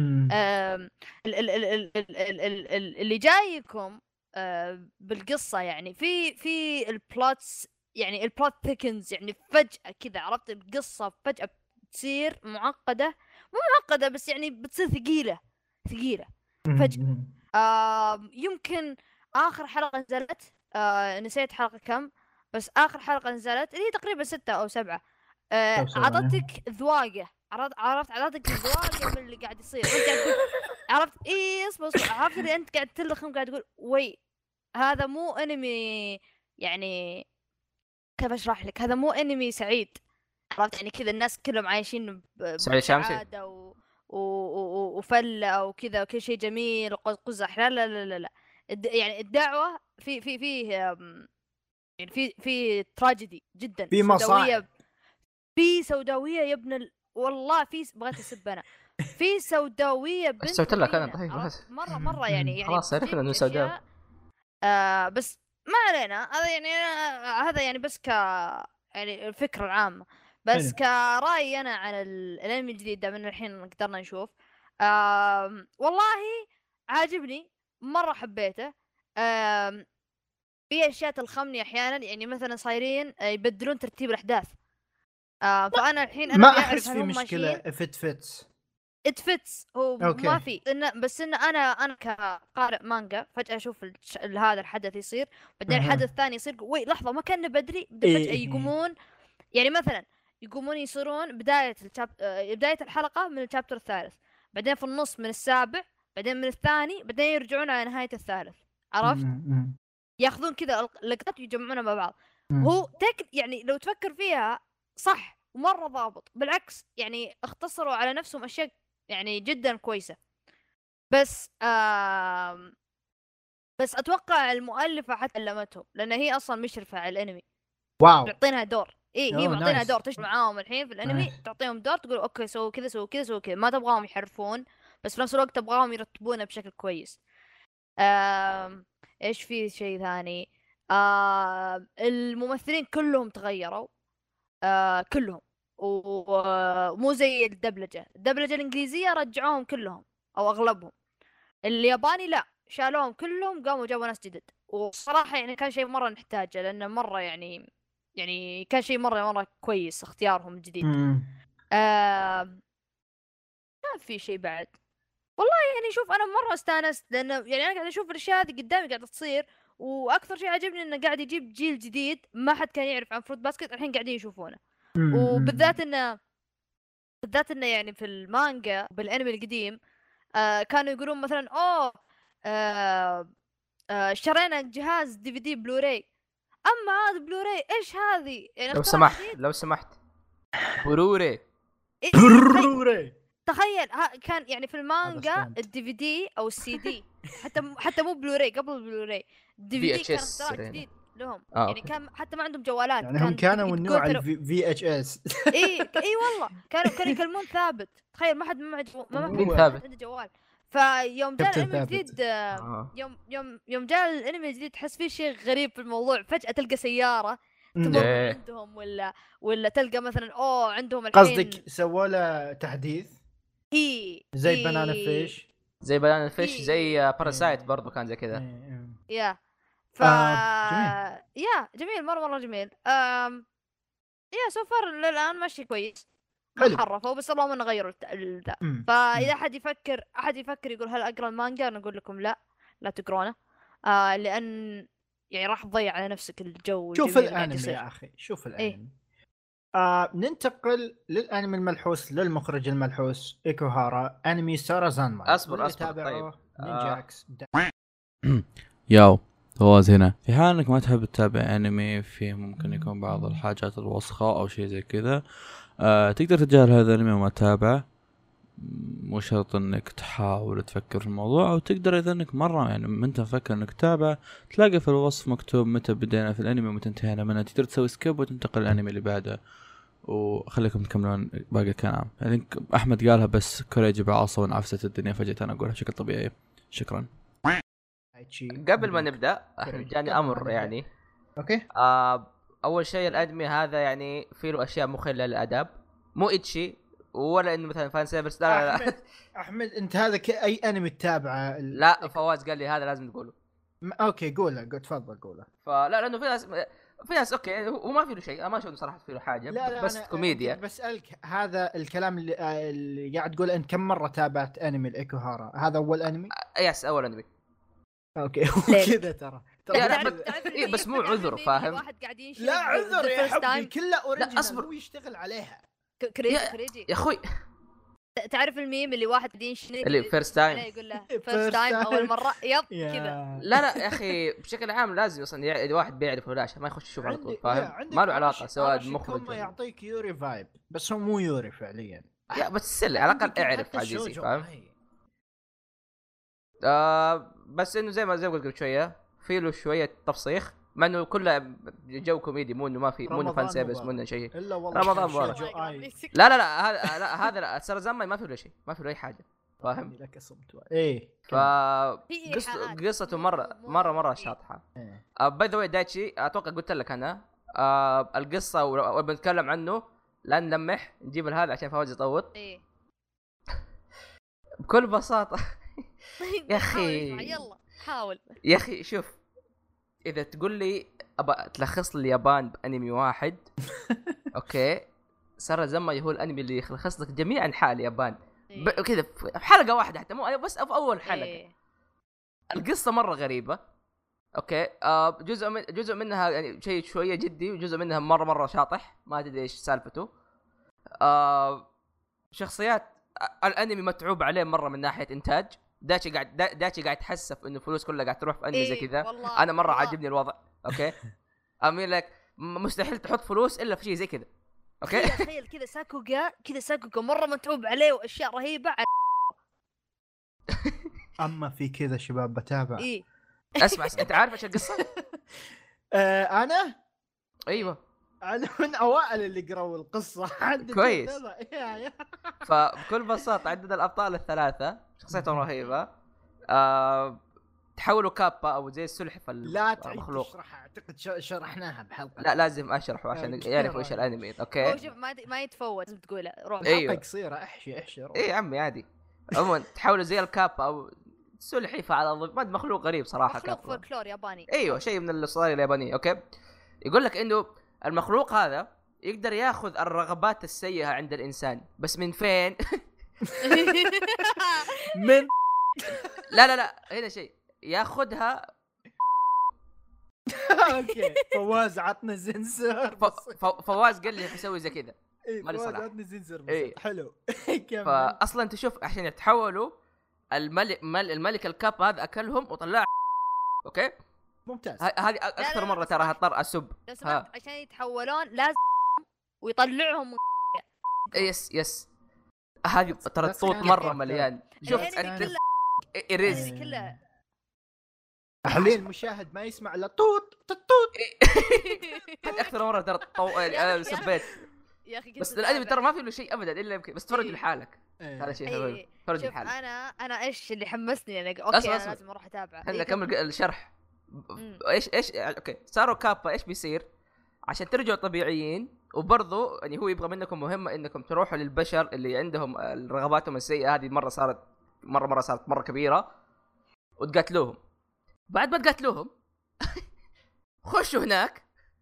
اللي جايكم بالقصة يعني في البلوتس، يعني البلوت ثيكنز، يعني فجأة كذا عرفت القصة فجأة بتصير معقدة، مو معقدة بس يعني بتصير ثقيلة فجأة. يمكن آخر حلقة نزلت نسيت حلقة كم، بس آخر حلقة نزلت اللي هي تقريبا 6 أو 7 عطتك ذواقة، عطتك ذواقة من اللي قاعد يصير. عرفت اصبر عرفت اللي انت قاعد تلخم قاعد تقول وي هذا مو انمي، يعني كيف اشرح لك، هذا مو انمي سعيد، عرفت يعني كذا الناس كلهم عايشين بسعادة وفلة وكذا وكل شيء جميل وقزح. لا يعني الدعوة في يعني في تراجيدي جدا، في مصاعب، في سوداوية يا ابن والله بغيت اسب انا في سوداوية بنت سويت لك انا طيب مرة يعني خلاص عرفنا انه سوداوي. بس ما علينا، هذا يعني هذا يعني بس يعني الفكرة العامة. بس كرأيي أنا عن الأنمي الجديد ده من الحين قدرنا نشوف. والله عاجبني مرة، حبيته. في أشياء تلخمني أحيانا، يعني مثلا صايرين يبدلون ترتيب الأحداث. فأنا الحين أنا ما أبي أعرف احس هل في هم مشكله ماشيين if it fits. it fits. هو أوكي. ما في بس إن أنا كقارئ مانجا فجأة أشوف هذا الحدث يصير، بعدين الحدث الثاني يصير، وي لحظة ما كان بدري، فجأة يقومون يعني مثلا يقومون يصيرون بداية الحلقة من الشابتر الثالث، بعدين في النص من السابع، بعدين من الثاني، بعدين يرجعون على نهاية الثالث. عرفت؟ ياخذون كذا لقطات ويجمعونها مع بعض. هو يعني لو تفكر فيها صح ومرة ضابط، بالعكس يعني اختصروا على نفسهم أشياء يعني جدا كويسة. بس بس أتوقع المؤلفة حتى علمتهم، لأن هي أصلا مشرفة على الأنمي. واو. تعطينها دور. هي معطينها دور تشتغل معاهم الحين في الأنمي. تعطيهم دور تقول أوكي سووا كذا سووا كذا سووا كذا، ما تبغاهم يحرفون، بس في نفس الوقت تبغاهم يرتبونه بشكل كويس. إيش في شيء ثاني؟ الممثلين كلهم تغيروا، كلهم، ومو زي الدبلجة الإنجليزية رجعوهم كلهم أو أغلبهم. الياباني لا، شالوهم كلهم، قاموا جابوا ناس جدد. وصراحة يعني كان شيء مرة نحتاجه، لأنه مرة يعني كان شيء مرة كويس اختيارهم الجديد. كان في شيء بعد والله يعني شوف أنا مرة استانست، لأنه يعني أنا قاعد أشوف الأشياء هذه قدامي قاعدة تصير، وأكثر شيء عجبني إنه قاعد يجيب جيل جديد ما حد كان يعرف عن فروت باسكت، الحين قاعدين يشوفونه. وبالذات إنه يعني في المانجا بالأنمي القديم كانوا يقولون مثلا اشترينا جهاز DVD بلوراي. أما هذا بلوراي إيش هذه يعني؟ لو سمحت بلوراي. تخيل كان يعني في المانجا DVD أو CD حتى مو بلوراي، قبل البلوراي DVD كان اختراع جديد لهم. يعني كان حتى ما عندهم جوالات، يعني هم كانوا من نوع VHS. اي والله كانوا يكلمون ثابت. تخيل ما حد عنده جوال. فيوم جاء الانمي الجديد يوم جاء الانمي الجديد تحس فيه شيء غريب في الموضوع. فجأة تلقى سيارة تمر عندهم، ولا تلقى مثلا عندهم الحين. قصدك سووا له تحديث زي بنانا فيش، زي زي باراسايت برضو كان زي كذا. يا جميل مرة جميل. سوفر للآن ماشي كويس، ما حرفوا، بس اللهم انه غيروا ذا. فاذا احد يفكر يقول هل اقرا المانجا، انا اقول لكم لا تقرونه، لان يعني راح تضيع على نفسك الجو. شوف الانمي يا اخي، شوف الانمي. ننتقل للانمي الملحوس للمخرج الملحوس ايكوهارا، انمي سارازانماي. اصبر طيب. نينجاكس ياو فواز هنا. في حال انك ما تحب تتابع انمي فيه ممكن يكون بعض الحاجات الوسخة او شيء زي كذا، تقدر تتجاهل هذا الانمي وما تتابعه. مو شرط انك تحاول تفكر في الموضوع، او تقدر اذا انك مرة يعني ما انت مفكر انك تتابع، تلاقي في الوصف مكتوب متى بدينا في الانمي ومتى انتهينا منه. تقدر تسوي سكيب وتنتقل الانمي اللي بعده، وخليكم تكملون باقي الكلام. يعني احمد قالها بس كوريجي بعصا ونعفست الدنيا، فجأة انا اقولها بشكل طبيعي. شكرا. قبل ما نبدا جاني امر يعني. اوكي. اول شيء الانمي هذا يعني فيه له اشياء مخله للاداب، مو اتشي ولا انه مثلا فان سيرفيس. لا احمد انت هذا اي انمي تتابعه؟ لا فواز قال لي هذا لازم تقوله. اوكي قوله، تفضل قوله. فلا لانه في ناس اوكي هو ما في له شيء، انا ما اشوف صراحه في له حاجه. لا بس كوميديا. بسالك هذا الكلام اللي قاعد تقول انت كم مره تابعت انمي الايكوهارا؟ هذا اول انمي؟ يس اول انمي. اوكي كذا ترى بس مو عذر فاهم. لا عذر يا حبي، كله اوريجينال هو يشتغل عليها. كريجي يا اخوي، تعرف الميم اللي واحد ينشنق اللي فيرست تايم يقول له فيرست تايم اول مره كذا. لا يا اخي بشكل عام لازم اصلا الواحد بيعرف ولا ما يخش يشوف على طول فاهم. ما له علاقه سواء مخرج ما يعطيك يوري فايب، بس هو مو يوري فعليا. بس على الاقل اعرف عزيزي فاهم. بس انه زي ما قلت قبل شويه في له شويه تفصيخ، مع انه كله جو كوميدي، مو انه ما في مو فان سيرفيس مو انه شيء. الا والله رمضان مبارك. لا هذا سارازانماي ما في له شيء، ما في له اي حاجه. فاهم؟ لك صمت ايه قصته مره شاطحه. باي ذا واي دايتشي اتوقع قلت لك انا القصه وبنتكلم عنه لا نلمح نجيب هذا عشان فواز يطوط. ايه بكل بساطه يا اخي يلا حاول يا اخي شوف، اذا تقول لي ابى تلخص لي اليابان بانمي واحد اوكي سارة زمي هو الانمي اللي يلخص لك جميع انحاء اليابان كذا في حلقه واحده، حتى مو بس في اول حلقه. إيه. القصه مره غريبه اوكي. جزء منها يعني شيء شويه جدي، وجزء منها مره شاطح ما ادري ايش سالفته. شخصيات الانمي متعوب عليه مره من ناحيه انتاج. داتشي قاعد يتحسف انه فلوس كلها قاعد تروح في انمي زي كذا. انا مره عاجبني الوضع اوكي. امين لك مستحيل تحط فلوس الا في شيء زي كذا اوكي. تخيل كذا ساكوغا مره متعوب عليه واشياء رهيبه. اما في كذا شباب بتابع. إيه؟ اسمع انت عارف ايش القصه؟ انا ايوه انا من اوائل اللي قرأوا القصه. كويس. فبكل بساطه عدد الابطال الثلاثه شخصيتهم رهيبه. تحولوا كابا او زي السلحفاه المخلوق. لا تشرحها، اعتقد شرحناها بحلقه. لا لازم اشرحه عشان يعرفوا ايش الانمي اوكي. شوف ما يتفوت لازم تقوله روح. أيوة. قصيره احشي ايه عمي عادي. عموما تحولوا زي الكابا او سلحفاه على مخلوق غريب صراحه. مخلوق فولكلور ياباني. ايوه شيء من الصلاة اليابانيه اوكي. يقول لك انه المخلوق هذا يقدر ياخذ الرغبات السيئه عند الانسان، بس من فين؟ من لا هنا شيء ياخذها. اوكي فواز عطنا زنزر. فواز قال لي حسوي زي كذا. مالي صلاح عطني زنزر بس. حلو. فاصلا تشوف عشان يتحولوا الملك الكاب هذا اكلهم وطلع اوكي ممتاز. هذه اكثر مره ترى هضطر اسب عشان يتحولون لازم ويطلعهم. يس هذه ترى الصوت مره مليان. شوف الريز كلها حاليا المشاهد ما يسمع الا توت هذه اكثر مره ترى سبيت يا اخي. بس الانمي ترى ما في له شيء ابدا الا يمكن بس تفرج لحالك. هذا شيء حلو تفرج لحالك. انا ايش اللي حمسني يعني اوكي أنا لازم اروح اتابع. خلينا نكمل الشرح. ايش اوكي صاروا كابا ايش بيصير عشان ترجعوا طبيعيين. وبرضه يعني هو يبغى منكم مهمه انكم تروحوا للبشر اللي عندهم رغباتهم السيئه هذه مره صارت مره كبيره وتقاتلوهم. بعد ما تقاتلوهم خشوا هناك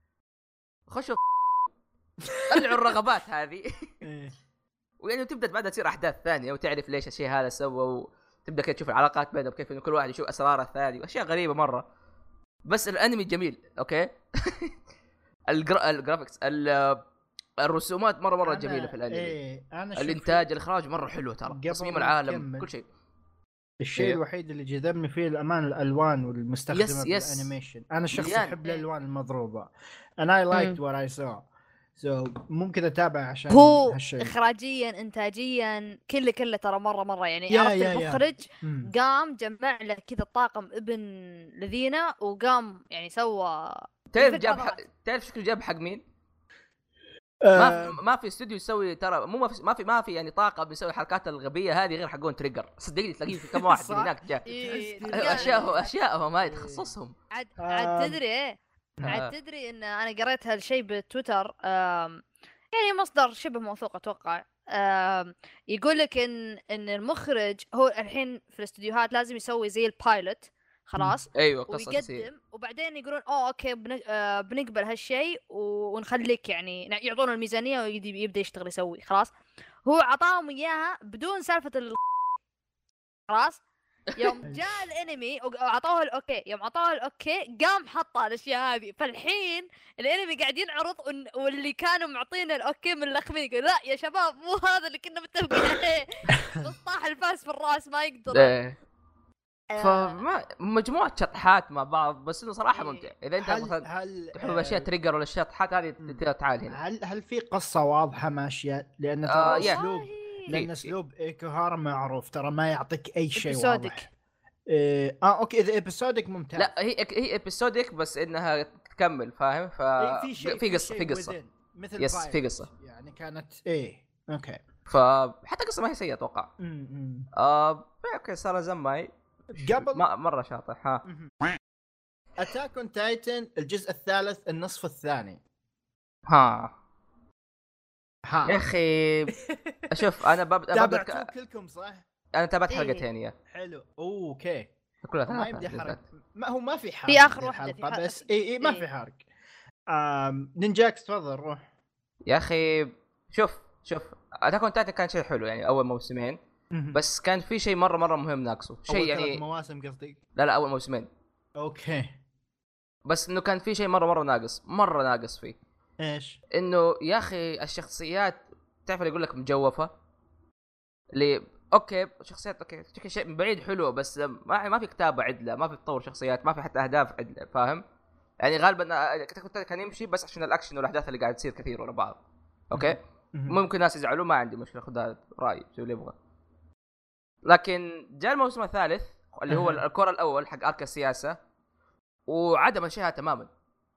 طلعوا الرغبات هذه ويعني تبدا بعدها تصير احداث ثانيه وتعرف ليش الشيء هذا سوى، وتبدا كده تشوف العلاقات بينهم كيف انه كل واحد يشوف اسرار الثاني واشياء غريبه مره. بس الانمي جميل اوكي. الجرافيكس الرسومات مره جميله في الانمي. الانتاج الاخراج مره حلو ترى. تصميم العالم كل شيء. الشيء الوحيد اللي جذبني فيه الأمان الألوان والمستخدمة بالأنيميشن. أنا شخص يحب الألوان المضروبة. and I liked what I saw so ممكن أتابع عشان هو هالشيء. إخراجيا إنتاجيا كله ترى مرة يعني عرفت المخرج قام جمع له كذا الطاقم ابن لذينة وقام يعني سوى. تعرف شكله جاب حق مين؟ ما في استوديو يسوي ترى ما في يعني طاقه بيسوي حركات الغبيه هذه غير حقون تريجر. صدقني تلاقيه في كم واحد هناك جاء اشياء ما يتخصصهم. عاد تدري ان انا قريت هالشيء بتويتر يعني مصدر شبه موثوق اتوقع. يقول لك ان المخرج هو الحين في الاستديوهات لازم يسوي زي البايلوت خلاص. ايوه قصه ويقدم وبعدين يقولون اوكي بنقبل هالشيء ونخليك يعني يعطونه الميزانيه ويبدا يشتغل يسوي خلاص. هو عطاهم اياها بدون سالفه خلاص. يوم جاء الانمي وعطوه الاوكي، يوم عطوه الاوكي قام حط الاشياء هذه. فالحين الانمي قاعد ينعرض واللي كانوا معطينا الاوكي من الاخمين يقول لا يا شباب مو هذا اللي كنا متفقين عليه. بس طاح الفاس في الراس ما يقدر. فما مجموعة شطحات مع بعض بس انه صراحة ممتع. اذا انت مثلا تحب اشياء تريجر ولا الشطحات هذه تعال هنا. هل في قصة واضحة ماشية؟ لان ترى اسلوب لان اسلوب ايكوهارا معروف ترى ما يعطيك اي شيء واضح. اوكي اذا ابيسودك ممتاز. لا هي ابيسودك بس انها تكمل فاهم. في قصة مثل يس في قصة يعني كانت اوكي فحتى قصه ما هي سيئه اتوقع. اوكي صار زماي قبل مره شاطح. ها اتاك اون تايتن الجزء الثالث النصف الثاني. ها يا اخي اشوف انا تابعتوا كلكم صح؟ انا تابعت حلقتين يا حلو. اوكي كلها ما يبدي حرق. ما في حرق في اخر واحده في بس اي ما في حرق. نينجاكس تفضل روح يا اخي. شوف اتاك اون تايتن كان شيء حلو يعني اول موسمين، بس كان في شيء مره مهم ناقصه. شيء يعني 3 مواسم قصدي؟ لا اول موسمين. اوكي بس انه كان في شيء مره ناقص فيه. ايش؟ انه يا اخي الشخصيات تعرف اللي يقول لك مجوفه. اللي اوكي شخصيات اوكي شيء من بعيد حلو، بس ما في كتابه عدله، ما في تطور شخصيات، ما في حتى اهداف عدله. فاهم يعني غالبا كان يمشي بس عشان الاكشن والاحداث اللي قاعد تصير كثير ورا بعض. اوكي ممكن ناس يزعلوا، ما عندي مشكله، خذها راي سوي اللي يبغى. لكن جاء الموسم الثالث اللي هو الكور الاول حق ارك السياسه وعدم الشيء تماما.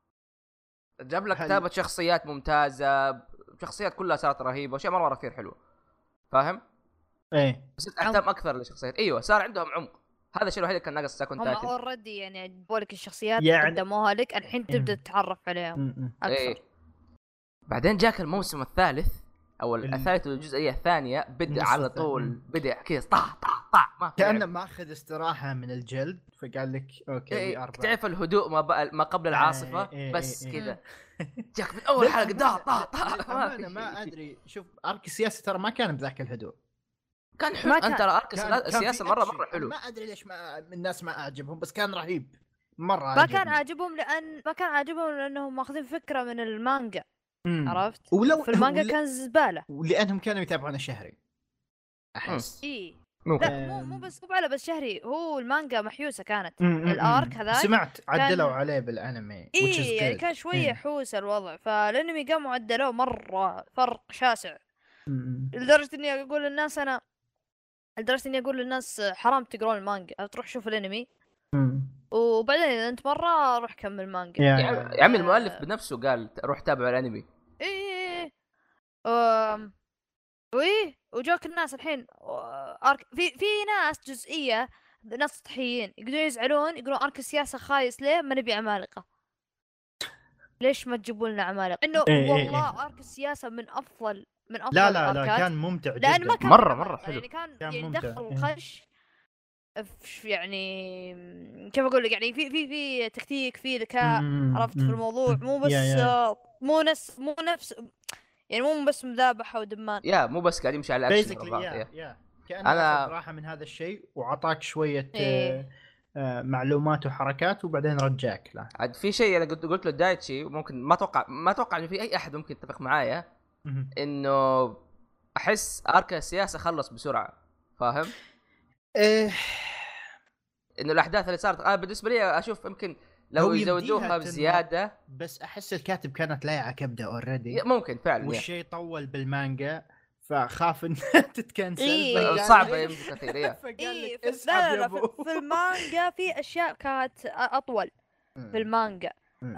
جاب لك كتابه شخصيات ممتازه، شخصيات كلها صارت رهيبه وشيء مره كثير حلو. فاهم ايه بس اهتم اكثر للشخصيات. ايوه صار عندهم عمق. هذا الشيء الوحيد اللي كان ناقص ساكون تايتن. هم اوريدي يعني جابوا لك الشخصيات يعني قدموها لك، الحين تبدا تتعرف عليهم اكثر. إيه. بعدين جاك الموسم الثالث او الثالث والجزئيه الثانيه بدا على طول بدا كذا طا ما كأنه ماخذ استراحه من الجلد فقال لك اوكي إيه. تعرف الهدوء ما قبل العاصفه. بس كذا جاك من اول حلقه طا انا ما ادري. شوف ارك السياسه ترى ما كان بذاك الهدوء، كان حلو. انت ارك السياسه مره حلو. ما ادري ليش الناس ما اعجبهم، بس كان رهيب مره. ما كان عاجبهم لانهم ماخذين فكره من المانجا. عرفت؟ ولو في المانجا كان زباله، ولانهم كانوا يتابعون الشهري احس. لا مو بس زباله، بس شهري. هو المانجا محيوسه كانت. الارك هذا سمعت عدلوا عليه بالانمي يعني كان شويه حوسه الوضع، فالانمي قاموا عدلوه مره فرق شاسع. لدرجه اني اقول للناس حرام تقرون المانجا، تروح شوف الانمي وبعدين اذا انت مره روح كمل مانجا. يا عمي المؤلف بنفسه قال روح تابع الانمي. ايه وجوك الناس الحين في ناس جزئيه، ناس سطحيين يقدرون يزعلون يقولون ارك السياسه خايس. ليه ما نبي عمالقه؟ ليش ما تجيبوا لنا عمالقه؟ انه والله ارك السياسه من افضل لا كان ممتع جدا. لأن ما كان مره حلو يعني كان يعني دخل الخش يعني كيف اقول لك، يعني في تكتيك، في ذكاء. عرفت في الموضوع مو بس مو نفس يعني مو بس مذابحه ودمان. مو بس قاعد يمشي على الاكشن. كأنه أخذ راحه من هذا الشيء وعطاك شويه معلومات وحركات وبعدين رجعك له. عاد في شيء انا قلت له دايتشي، ممكن ما اتوقع انه في اي احد ممكن يتفق معايا، انه احس ارك السياسه خلص بسرعه. فاهم انه الاحداث اللي صارت بالنسبه لي اشوف يمكن لو يزودوها بزياده، بس احس الكاتب كانت لايعه كبده اوريدي. ممكن فعلا والشيء طول بالمانجا فخاف ان تتكنسل. صعبه يمكن كثير. لا في المانجا في اشياء كانت اطول في المانجا.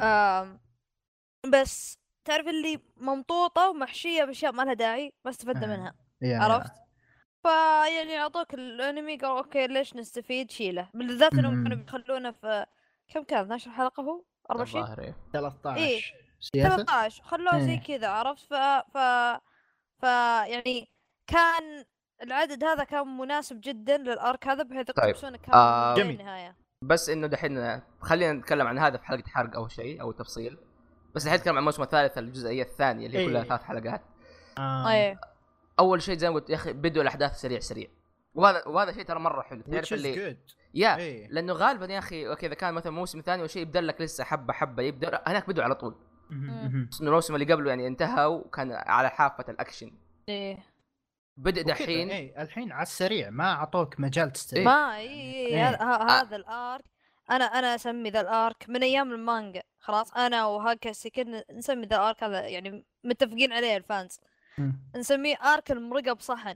بس تعرف اللي ممطوطه ومحشيه باشياء ما لها داعي ما استفدنا منها. عرفت؟ فيعني اعطوك الانمي قالوا اوكي ليش نستفيد شيله، بالذات انهم كانوا بيخلونا في كم كان 12 حلقه هو 24 13 13 خلوه زي كذا. عرفت؟ ف يعني كان العدد هذا كان مناسب جدا للارك هذا بحيث يقتبسونه كامل للنهايه. بس انه دحين خلينا نتكلم عن هذا في حلقه حرق او شيء او تفصيل. بس الحين نتكلم عن الموسم الثالث الجزئيه الثانيه اللي كلها 3 حلقات. اول شيء زي ما قلت يا اخي بدوا الاحداث سريع وهذا شيء ترى مره حلو. تعرف اللي لانه غالبا يا اخي اوكي اذا كان مثلا موسم ثاني وشيء يبدا لك لسه حبه يبدا هناك بدوا على طول. بس الموسم اللي قبله يعني انتهى وكان على حافه الاكشن. بدا دحين الحين على السريع ما اعطوك مجال تستريح. ما هذا الارك انا اسمي ذا الارك من ايام المانجا. خلاص انا وهاكاسي كنا نسمي ذا الارك هذا يعني متفقين عليه الفانز. نسميه ارك المرقه بصحن.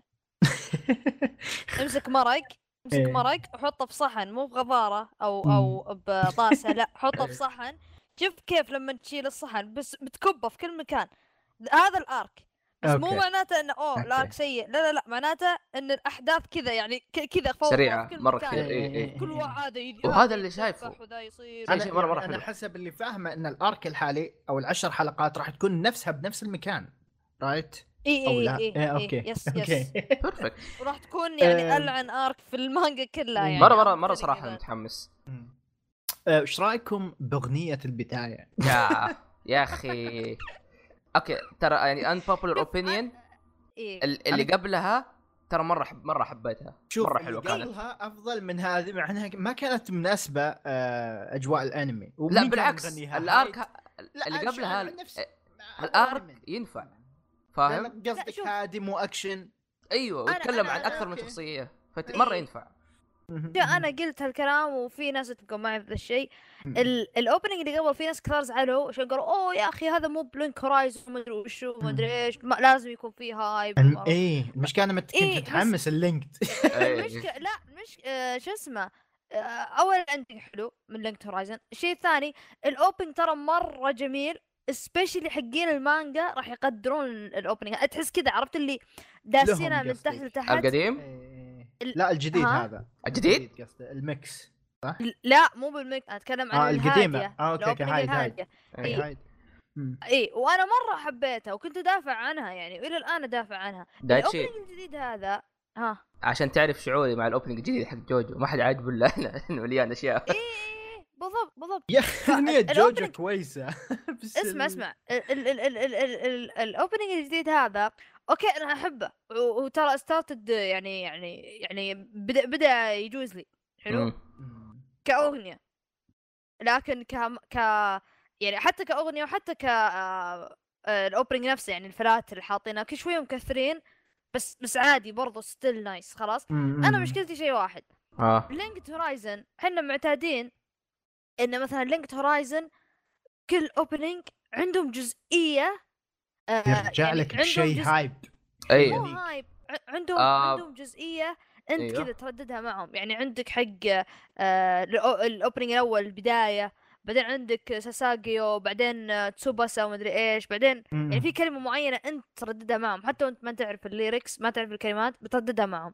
امسك مرق وحطه في صحن، مو بغضاره او بطاسه، لا حطه في صحن. شوف كيف لما تشيل الصحن بس بتكبه في كل مكان. هذا الارك بس مو أوكي. معناته انه لا أوكي. سيء، لا معناته ان الاحداث كذا يعني كذا فوضى سريعه في كل مره مكان. كثير. اي كل واحد وهذا اللي شايفه. وذا يصير شيء مرة انا حلو. حسب اللي فاهمه ان الارك الحالي او ال10 حلقات راح تكون نفسها بنفس المكان، رايت؟ او لا اوكي يس اوكي بيرفكت. وراح تكون يعني ألعن ارك في المانجا كلها يعني. مره صراحه أنا متحمس. ايش رايكم باغنيه البدايه؟ يا اخي اوكي ترى يعني unpopular opinion اللي قبلها ترى مره حبيتها. مره حلوه كانت. قبلها افضل من هذه مع انها ما كانت مناسبه اجواء الانمي. لا بالعكس الارك اللي قبلها الارك ينفع، فاهم؟ قصدك هادي مو اكشن. ايوه يتكلم عن اكثر من شخصيه مره ينفع. انا قلت هالكلام وفي ناس تبقى معي في ذا الشيء. الاوبننج اللي قبل في ناس كثار زعلوا عشان قالوا اوه يا اخي هذا مو بلينك هورايزون ما ادري وشو ما ادري ايش، لازم يكون فيه هايب. ايه المشكله انا كنت متحمس اللينكد. المشكله لا مش شو اسمه اولا عندي حلو من لينك هورايزون. الشيء الثاني الاوبننج ترى مره جميل، سبيشلي حقين المانجا راح يقدرون الاوبننج. تحس كذا عرفت اللي داسينها من تحت لتحت. القديم لا الجديد هذا الجديد قصدي الميكس صح؟ لا مو بالميكس، اتكلم عن القديمه. اوكي هايد اي وانا مره حبيتها وكنت ادافع عنها يعني والى الان ادافع عنها. الاوبننج الجديد هذا عشان تعرف شعوري مع الاوبننج الجديد حق جوجو ما حد عاجبه الا انا مليان اشياء. ايه بالضبط يا اخي جوجو كويسه. اسمع الاوبننج الجديد هذا اوكي انا احبه وترى ستارتد يعني بدا يجوز لي حلو كأغنية، لكن ك يعني حتى كأغنية وحتى ك الاوبننج نفسه يعني الفلات اللي حاطينها كل شويه مكثرين بس عادي برضو ستيل نايس. خلاص انا مشكلتي شيء واحد. لينكد هورايزن احنا معتادين ان مثلا لينكد هورايزن كل اوبننج عندهم جزئيه يرجع يعني لك بشيء هايب. ايوه هايب عندهم جزئيه انت كذا ترددها معهم. يعني عندك حق الاوبننج الاول البدايه، بعدين عندك ساساغيو، بعدين تسوباسا ومدري ايش، بعدين يعني في كلمه معينه انت ترددها معهم حتى وانت ما تعرف الليركس ما تعرف الكلمات بترددها معهم.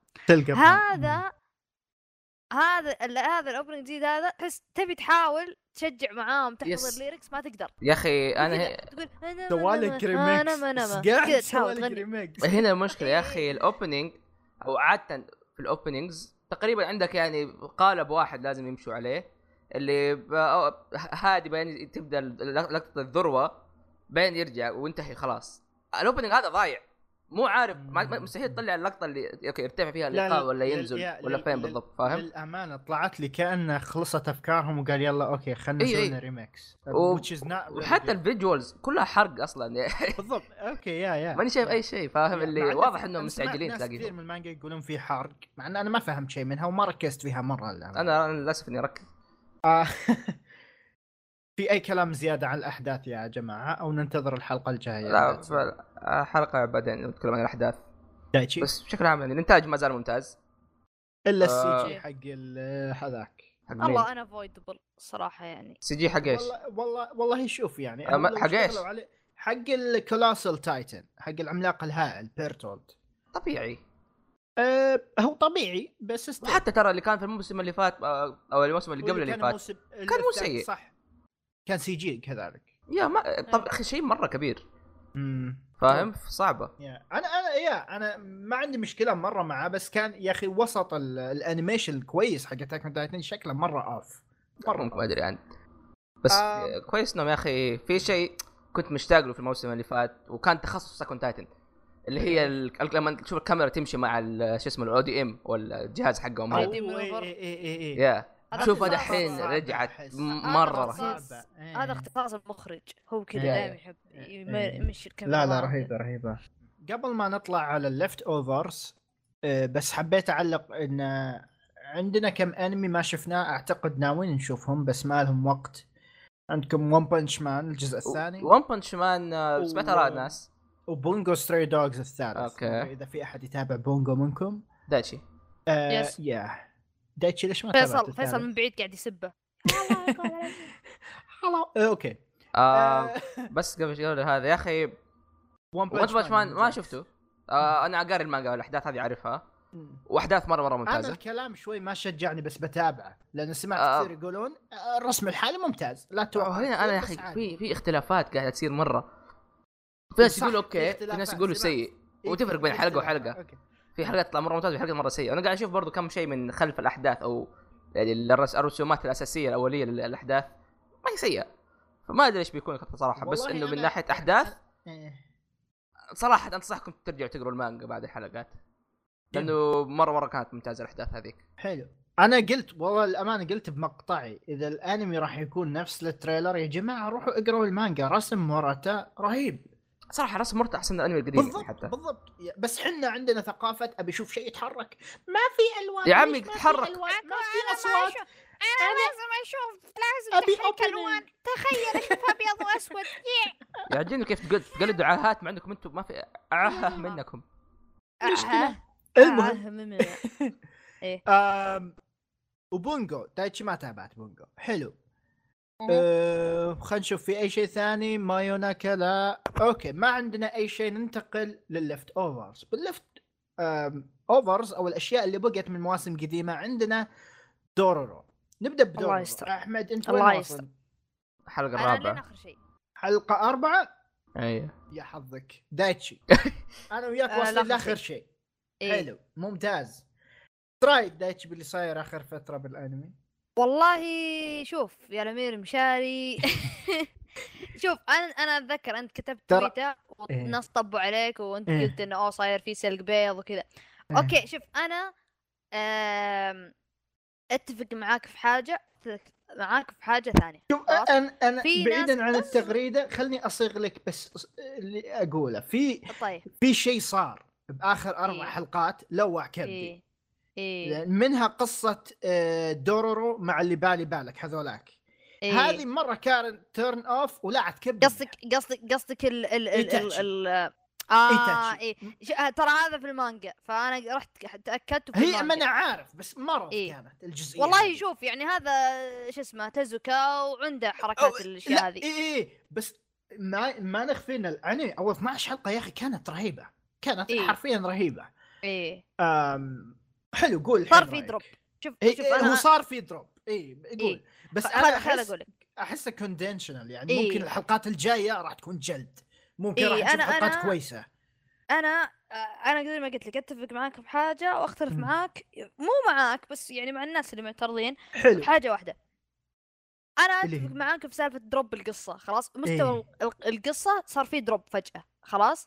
هذا الاوبننج الجديد هذا تحس تبي تحاول تشجع معاهم تحفظ الليركس ما تقدر يا اخي. انا تقول سوالك ريميكس هنا المشكله يا اخي. الاوبننج او عاده في الاوبننجز تقريبا عندك يعني قالب واحد لازم يمشوا عليه، اللي هادي بين تبدا لقطه الذروه بين يرجع وينتهي خلاص. الاوبننج هذا ضايع مو عارف مستحيل تطلع اللقطه اللي اوكي يرتفع فيها اللقاء ولا ينزل ولا فين بالضبط فاهم. للامانه طلعت لي كأن خلصت افكارهم وقال يلا اوكي خلينا نسوي ريميكس وحتى الفيجوالز كلها حرق اصلا بالضبط. اوكي يا ماني شايف اي شيء فاهم. اللي واضح انهم مستعجلين تلاقيهم. كثير من المانجا يقولون في حرق مع ان انا ما فهمت شيء منها وما ركزت فيها مره الآن. انا للاسف اني اركز. في اي كلام زياده عن الاحداث يا جماعه او ننتظر الحلقه الجايه؟ لا حلقه بعدين نتكلم عن الاحداث دايتشي. بس بشكل عام يعني الانتاج ما زال ممتاز الا السي جي حق هذاك. والله انا افويدبل الصراحه يعني. سي جي حق ايش؟ والله شوف يعني حق ايش؟ حق الكولاسل تايتن حق العملاق الهائل بيرتولد. طبيعي هو طبيعي بس وحتى ترى اللي كان في الموسم اللي فات او الموسم اللي قبل اللي فات كان مو سيء صح، كان سي جي كذلك. يا ما طب اخي شيء مره كبير فاهم صعبه. انا ما عندي مشكله مره معه، بس كان يا اخي وسط الانيميشن الكويس حق اتاك اون تايتن شكله مره اوف مره ما ادري عنه بس كويس انه يا اخي في شيء كنت مشتاق له في الموسم اللي فات وكان تخصص اتاك اون تايتن اللي هي لما تشوف الكاميرا تمشي مع شو اسمه الاو دي ام والجهاز حقهم يا شوف هذا الحين رجعت مره رهيب. هذا اختصاص المخرج هو كذا دائما يحب يمشي الكاميرا. لا رهيبه. قبل ما نطلع على الليفت اوفرز بس حبيت اعلق ان عندنا كم انمي ما شفناه اعتقد ناويين نشوفهم بس ما لهم وقت. عندكم ون بانش مان الجزء الثاني. ون بانش مان سمعت اراء ناس. وبونجو ستري دوغز الثالث. اوكي اذا في احد يتابع بونجو منكم. دايتشي دايتشي ليش ما تابعت؟ فيصل من بعيد قاعد يسبه. اوكي بس قبل هذا يا اخي ون وانت باتمان ما شفته؟ انا قاري المانجا والاحداث هذه اعرفها، واحداث مره ممتازه. انا الكلام شوي ما شجعني بس بتابعه لان سمعت كثير يقولون الرسم الحالي ممتاز لا توقع. هنا انا يا اخي في اختلافات قاعده تصير مره. في ناس يقولوا اوكي، في ناس يقولوا سيء، وتفرق بين حلقه وحلقه. في حلقات تطلع مره ممتازه، في حلقات مره سيئه. انا قاعد اشوف برضو كم شيء من خلف الاحداث او يعني الرسومات الاساسيه الاوليه للاحداث ما هي سيئه، فما ادري ايش بيكون صراحه. بس انه من ناحيه احداث صراحه انصحكم ترجعوا تقروا المانجا بعد الحلقات، لانه مره كانت ممتازه الاحداث هذيك. حلو. انا قلت والله الامانه قلت بمقطعي اذا الانمي راح يكون نفس التريلر يا جماعه روحوا اقروا المانجا، رسم موراتا رهيب صراحه. رسم موراتا احسن من الانمي القديم بالضبط حتى. بالضبط. بس حنا عندنا ثقافه ابي اشوف شيء يتحرك، ما في الوان يا عمي تتحرك، ما في اصوات. انا لازم اشوف، لازم تحرك الوان. تخيل اشوف ابيض واسود. يعجبني كيف تقلدوا عاهات مع انكم انتم ما في عاهه منكم. مشكله. المهم ايه وبونجو دايتشي ما تابعت بونجو. حلو. خلينا نشوف في اي شيء ثاني. مايوناكا لا. اوكي ما عندنا اي شيء. ننتقل للليفت اوفرز. بالليفت اوفرز او الاشياء اللي بقت من مواسم قديمه عندنا دورورو. نبدا بدورورو. احمد انت وين واصل؟ الحلقه الرابعه. اخر شيء حلقه 4. ايوه يا حظك دايتشي. انا وياك واصلين لاخر شيء. حلو ممتاز. رايك دايتشي باللي صاير اخر فتره بالانمي؟ والله شوف يا الامير مشاري. شوف انا اتذكر انت كتبت تويتر والناس طبوا عليك وانت قلت انه صاير في سلق بيض وكذا. اوكي شوف انا اتفق معاك في حاجه ثانيه. شوف انا بعيدا عن التغريده خلني اصيغ لك بس اللي اقوله. في شيء صار باخر 4 حلقات لوع كبدي. منها قصة دورورو مع اللي بالك هذولاك. هذه مرة كان تيرن اوف ولا عتكبد. قصدك ترى هذا في المانجا، فانا رحت تاكدت في المانجا. ما انا عارف بس مرة كانت الجزئية والله هذه. شوف يعني هذا شو اسمه تازوكا وعنده حركات الاشياء هذه. بس ما نخفينا الانمي اول 12 حلقة يا اخي كانت رهيبة. كانت حرفيا رهيبة. حلو قول. صار في دروب. شوف انا هو صار في دروب. قول. بس انا اقول احسه كوندنشنال يعني. ممكن الحلقات الجايه راح تكون جلد. ممكن راح نشوف حلقات كويسه. انا زي ما قلت لك اتفق معاك في حاجه واختلف معاك، مو معاك بس يعني مع الناس اللي معترضين في حاجه واحده. انا اتفق معاك في سالفه دروب القصه. خلاص مستوى القصه صار فيه دروب فجاه. خلاص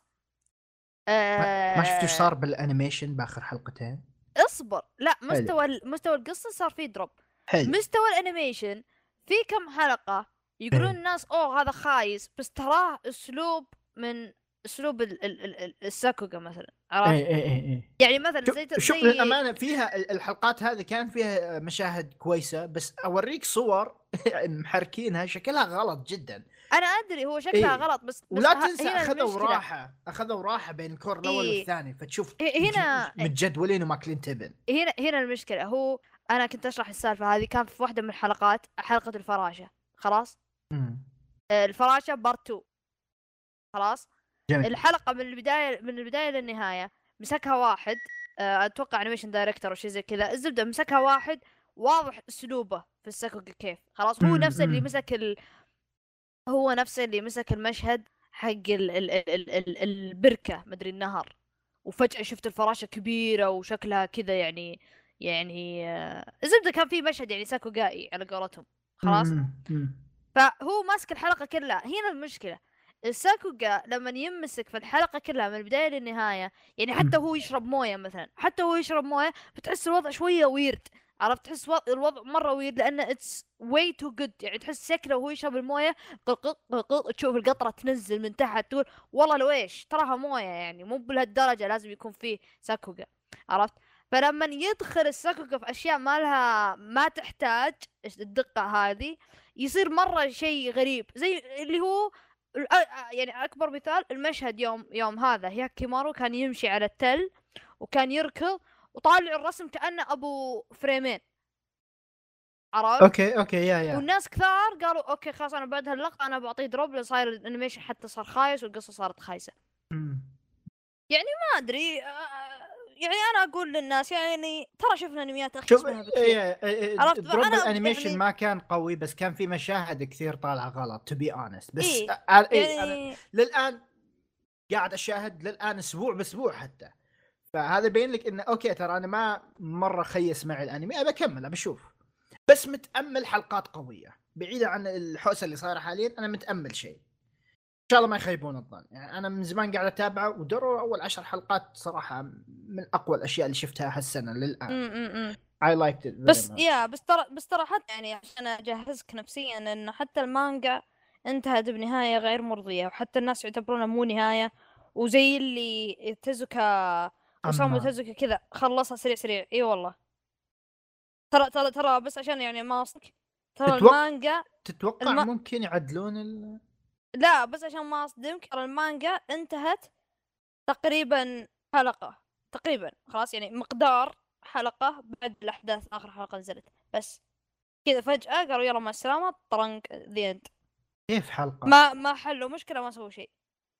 ما شفتوا صار بالانيميشن باخر حلقتين؟ اصبر. لا مستوى القصه صار فيه دروب. مستوى الانيميشن في كم حلقه يقولون الناس هذا خايس، بس تراه اسلوب من اسلوب الساكوغا مثلا. عرفت؟ يعني مثلا شوف للامانه فيها الحلقات هذه كان فيها مشاهد كويسه، بس اوريك صور محركينها شكلها غلط جدا. انا ادري هو شكلها غلط بس ولا تنسى اخذوا راحه بين الكور الاول والثاني، فتشوف هنا متجدولين وماكلين تبن. هنا المشكله. هو انا كنت اشرح السالفه هذه كان في واحده من الحلقات، حلقه الفراشه. خلاص الفراشه بارت 2. خلاص جميل. الحلقه من البدايه للنهايه مسكها واحد اتوقع انيميشن دايركتور او شيء زي كذا. الزبده مسكها واحد واضح اسلوبه في الساكوغا كيف. خلاص هو نفسه اللي مسك هو نفسه اللي مسك المشهد حق البركه مدري النهر، وفجاه شفت الفراشه كبيره وشكلها كذا يعني الزبده كان في مشهد يعني ساكوغائي على قولتهم. خلاص فهو ماسك الحلقه كلها. هنا المشكله الساكوغا لما يمسك في الحلقه كلها من البدايه للنهايه، يعني حتى هو يشرب مويه مثلا، حتى هو يشرب مويه بتحس الوضع شويه ويرد. عرفت؟ تحس الوضع مره ويرد لان اتس واي تو جود. يعني تحس شكله وهو يشرب المويه تشوف القطره تنزل من تحت تقول والله لو ايش تراها مويه، يعني مو بهالدرجه لازم يكون فيه ساكوغا. عرفت؟ فلما يدخل الساكوغا في اشياء ما تحتاج الدقه هذه يصير مره شيء غريب. زي اللي هو يعني اكبر مثال المشهد يوم هذا هياكيمارو كان يمشي على التل وكان يركض وطالع الرسم كأنه ابو فريمين. عرفت؟ اوكي يا والناس كثار قالوا اوكي خلاص انا بعد هاللقطه انا بعطيه دروب لان صاير الانيميشن حتى صار خايس والقصه صارت خايسه. يعني ما ادري يعني انا اقول للناس يعني ترى شفنا انميات اخيس شوف منها بكثير. عرفت دروب انا الانيميشن يعني ما كان قوي، بس كان في مشاهد كثير طالعه غلط تو بي اونست. بس إيه انا يعني للان قاعد اشاهد للان اسبوع باسبوع حتى، فهذا يبين لك انه اوكي ترى انا ما مره خيس معي الانمي، ابى اكمل ابى اشوف، بس متامل حلقات قويه بعيده عن الحوسه اللي صايره حاليا. انا متامل شيء ان شاء الله ما يخيبون الظن. يعني انا من زمان قاعد اتابعه، ودروا اول 10 حلقات صراحه من اقوى الاشياء اللي شفتها هالسنه للان. I liked it very بس much. بس ترى حتى يعني عشان اجهزك نفسيا ان حتى المانجا انتهت بنهايه غير مرضيه، وحتى الناس يعتبرونها مو نهايه، وزي اللي تزوكا وسامو أما تزوكا كذا خلصها سريع سريع. اي والله ترى بس عشان يعني ما اصدك، ترى المانجا تتوقع ممكن يعدلون لا بس عشان ما اصدمك، ترى المانجا انتهت تقريبا حلقة، تقريبا خلاص يعني مقدار حلقة بعد الأحداث آخر حلقة نزلت، بس كذا فجأة قالوا يلا مع السلامة طرنق ذي اند. كيف حلقة؟ ما حلوا مشكلة، ما سووا شيء.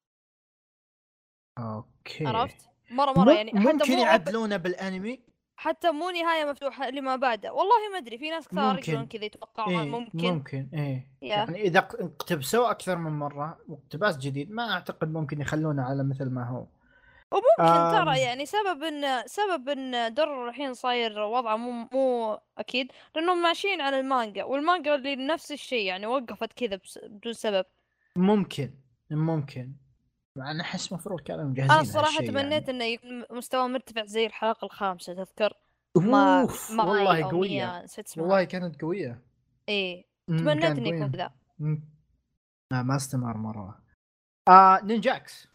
اوكي عرفت؟ مرة يعني حتى ممكن يعدلونه بالانمي، حتى مو نهاية مفتوحة لما بعده. والله ما ادري، في ناس كثار يقولون كذا يتوقعون ممكن يعني اذا اقتبسوه اكثر من مرة واقتباس جديد ما اعتقد ممكن يخلونه على مثل ما هو. وممكن ترى يعني سبب ان در الحين صاير وضعه مو اكيد لانهم ماشيين على المانجا، والمانجا اللي نفس الشيء يعني وقفت كذا بدون سبب. ممكن مع ان احس مفروض كانوا مجهزين. انا الصراحه تمنيت انه يكون مستوى مرتفع زي الحلقه الخامسة، تذكر ما ماي والله أو قويه، والله كانت قويه. ايه تمنيت انه يكون كذا. ما استمر مره. نينجاكس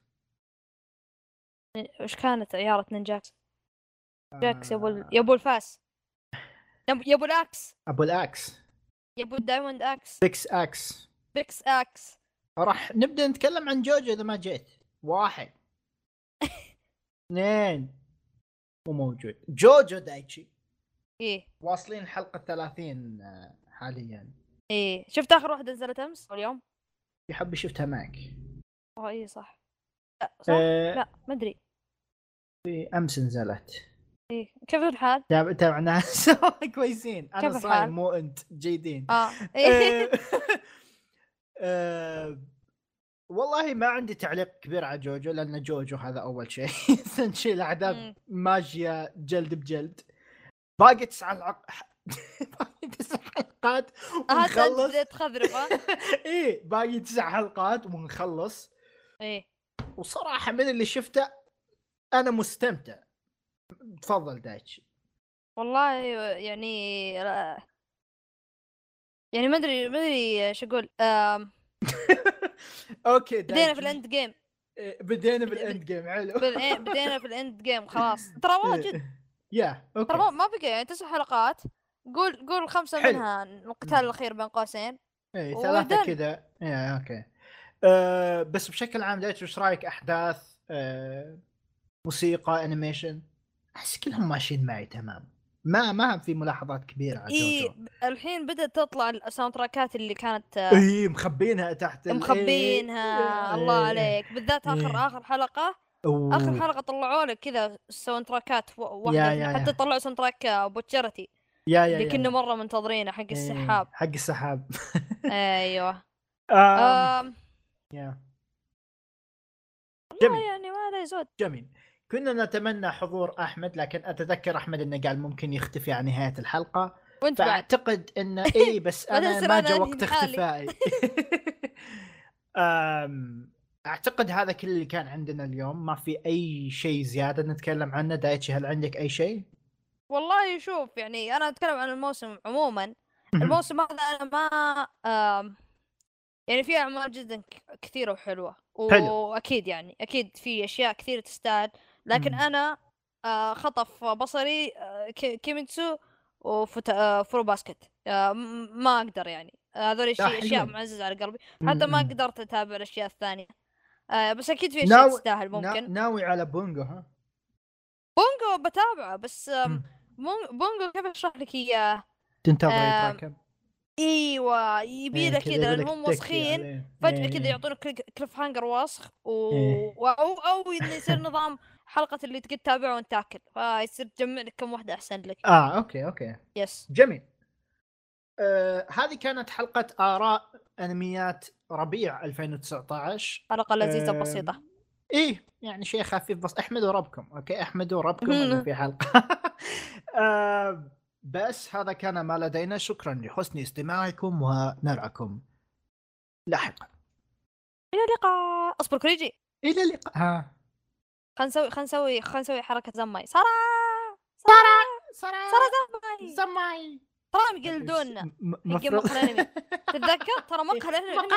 وش كانت عيارة نينجاكس؟ جاكس يا ابو الفاس، يا ابو الاكس، يا ابو الدايموند اكس، بيكس اكس. راح نبدا نتكلم عن جوجو اذا ما جيت. 1 2 مو موجود. جوجو دايتشي ايه واصلين الحلقه 30 حاليا. ايه شفت اخر واحده نزلت امس او اليوم؟ في حبي شفتها معك. ايه صح. لا صح لا ما ادري، في امس نزلت. ايه كيف الحال؟ تابعناها كويسين. انا صايم مو انت جيدين. إيه. والله ما عندي تعليق كبير على جوجو، لان جوجو هذا اول شيء. ثاني شيء الاعداد ماشيه جلد بجلد. باقي 9 حلقات ونخلص. بديت تخذرفه. ايه باقي 9 حلقات ونخلص. ايه وصراحه من اللي شفته انا مستمتع. تفضل دايتشي. والله يعني يعني ما ادري ايش اقول. اوكي بدينا في الاند جيم. حلو. بدينا في الاند جيم خلاص. ترى واجد اوكي ترى ما بقى يعني 9 حلقات. قول 5 حلو. منها القتال الاخير بين قوسين. 3 كذا. اوكي. بس بشكل عام دايتشي وش رايك؟ احداث، موسيقى، انيميشن، احس كلهم ماشيين معي تمام. ما في ملاحظات كبيره على جوجو. الحين بدأت تطلع الساوند تراكات اللي كانت مخبينها تحت الله عليك، بالذات اخر حلقه. اخر حلقه طلعوا لك كذا الساوند تراكات واحده، حتى طلعوا ساوند تراك بوتشرتي اللي كنا مره منتظرينه حق السحاب. ايوه. جميل يعني ما له زود. جميل. كنا نتمنى حضور احمد، لكن اتذكر احمد انه قال ممكن يختفي عن نهايه الحلقه، فاعتقد انه بس انا ما جاء وقت اختفائي. اعتقد هذا كل اللي كان عندنا اليوم. ما في اي شيء زياده نتكلم عنه. دايتشي هل عندك اي شيء؟ والله شوف يعني انا اتكلم عن الموسم عموما. الموسم هذا انا ما يعني في اعمال جدا كثيره وحلوه، واكيد يعني اكيد في اشياء كثيره تستاهل، لكن انا خطف بصري كيميتسو وفرو باسكت. ما اقدر يعني هذول اشياء معززه على قلبي، حتى ما قدرت اتابع الاشياء الثانيه. بس اكيد في اشياء تستاهل. ممكن ناوي على بونجو؟ بونجو بتابعه، بس بونجو كيف اشرح لك اياه؟ تنتظر يتركب؟ ايوه يبي له كذا لان هم وسخين فجاه كذا يعطونك كليف هانجر وسخ او انه يصير نظام حلقه اللي تقدر تتابعه وانت تاكل فيصير تجمع لك كم واحده احسن لك. اوكي يس جميل. هذه كانت حلقه اراء انميات ربيع 2019. حلقه لذيذه بسيطه. ايه يعني شيء خفيف بس احمدوا ربكم. اوكي احمدوا ربكم انه في حلقه. بس هذا كان ما لدينا. شكرا لحسن استماعكم ونراكم لاحقا. الى اللقاء. اصبر كريجي. الى اللقاء. خلينا نسوي حركه زماي. سارة زماي ترى يقلدوننا حق مقهى الانمي. تتذكر ترى مقهى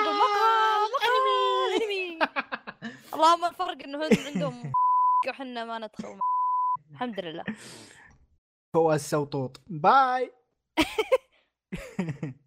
الانمي. اللهم الفرق انه عندهم وحنا ما ندخل. الحمد لله. هو السوطوط. باي.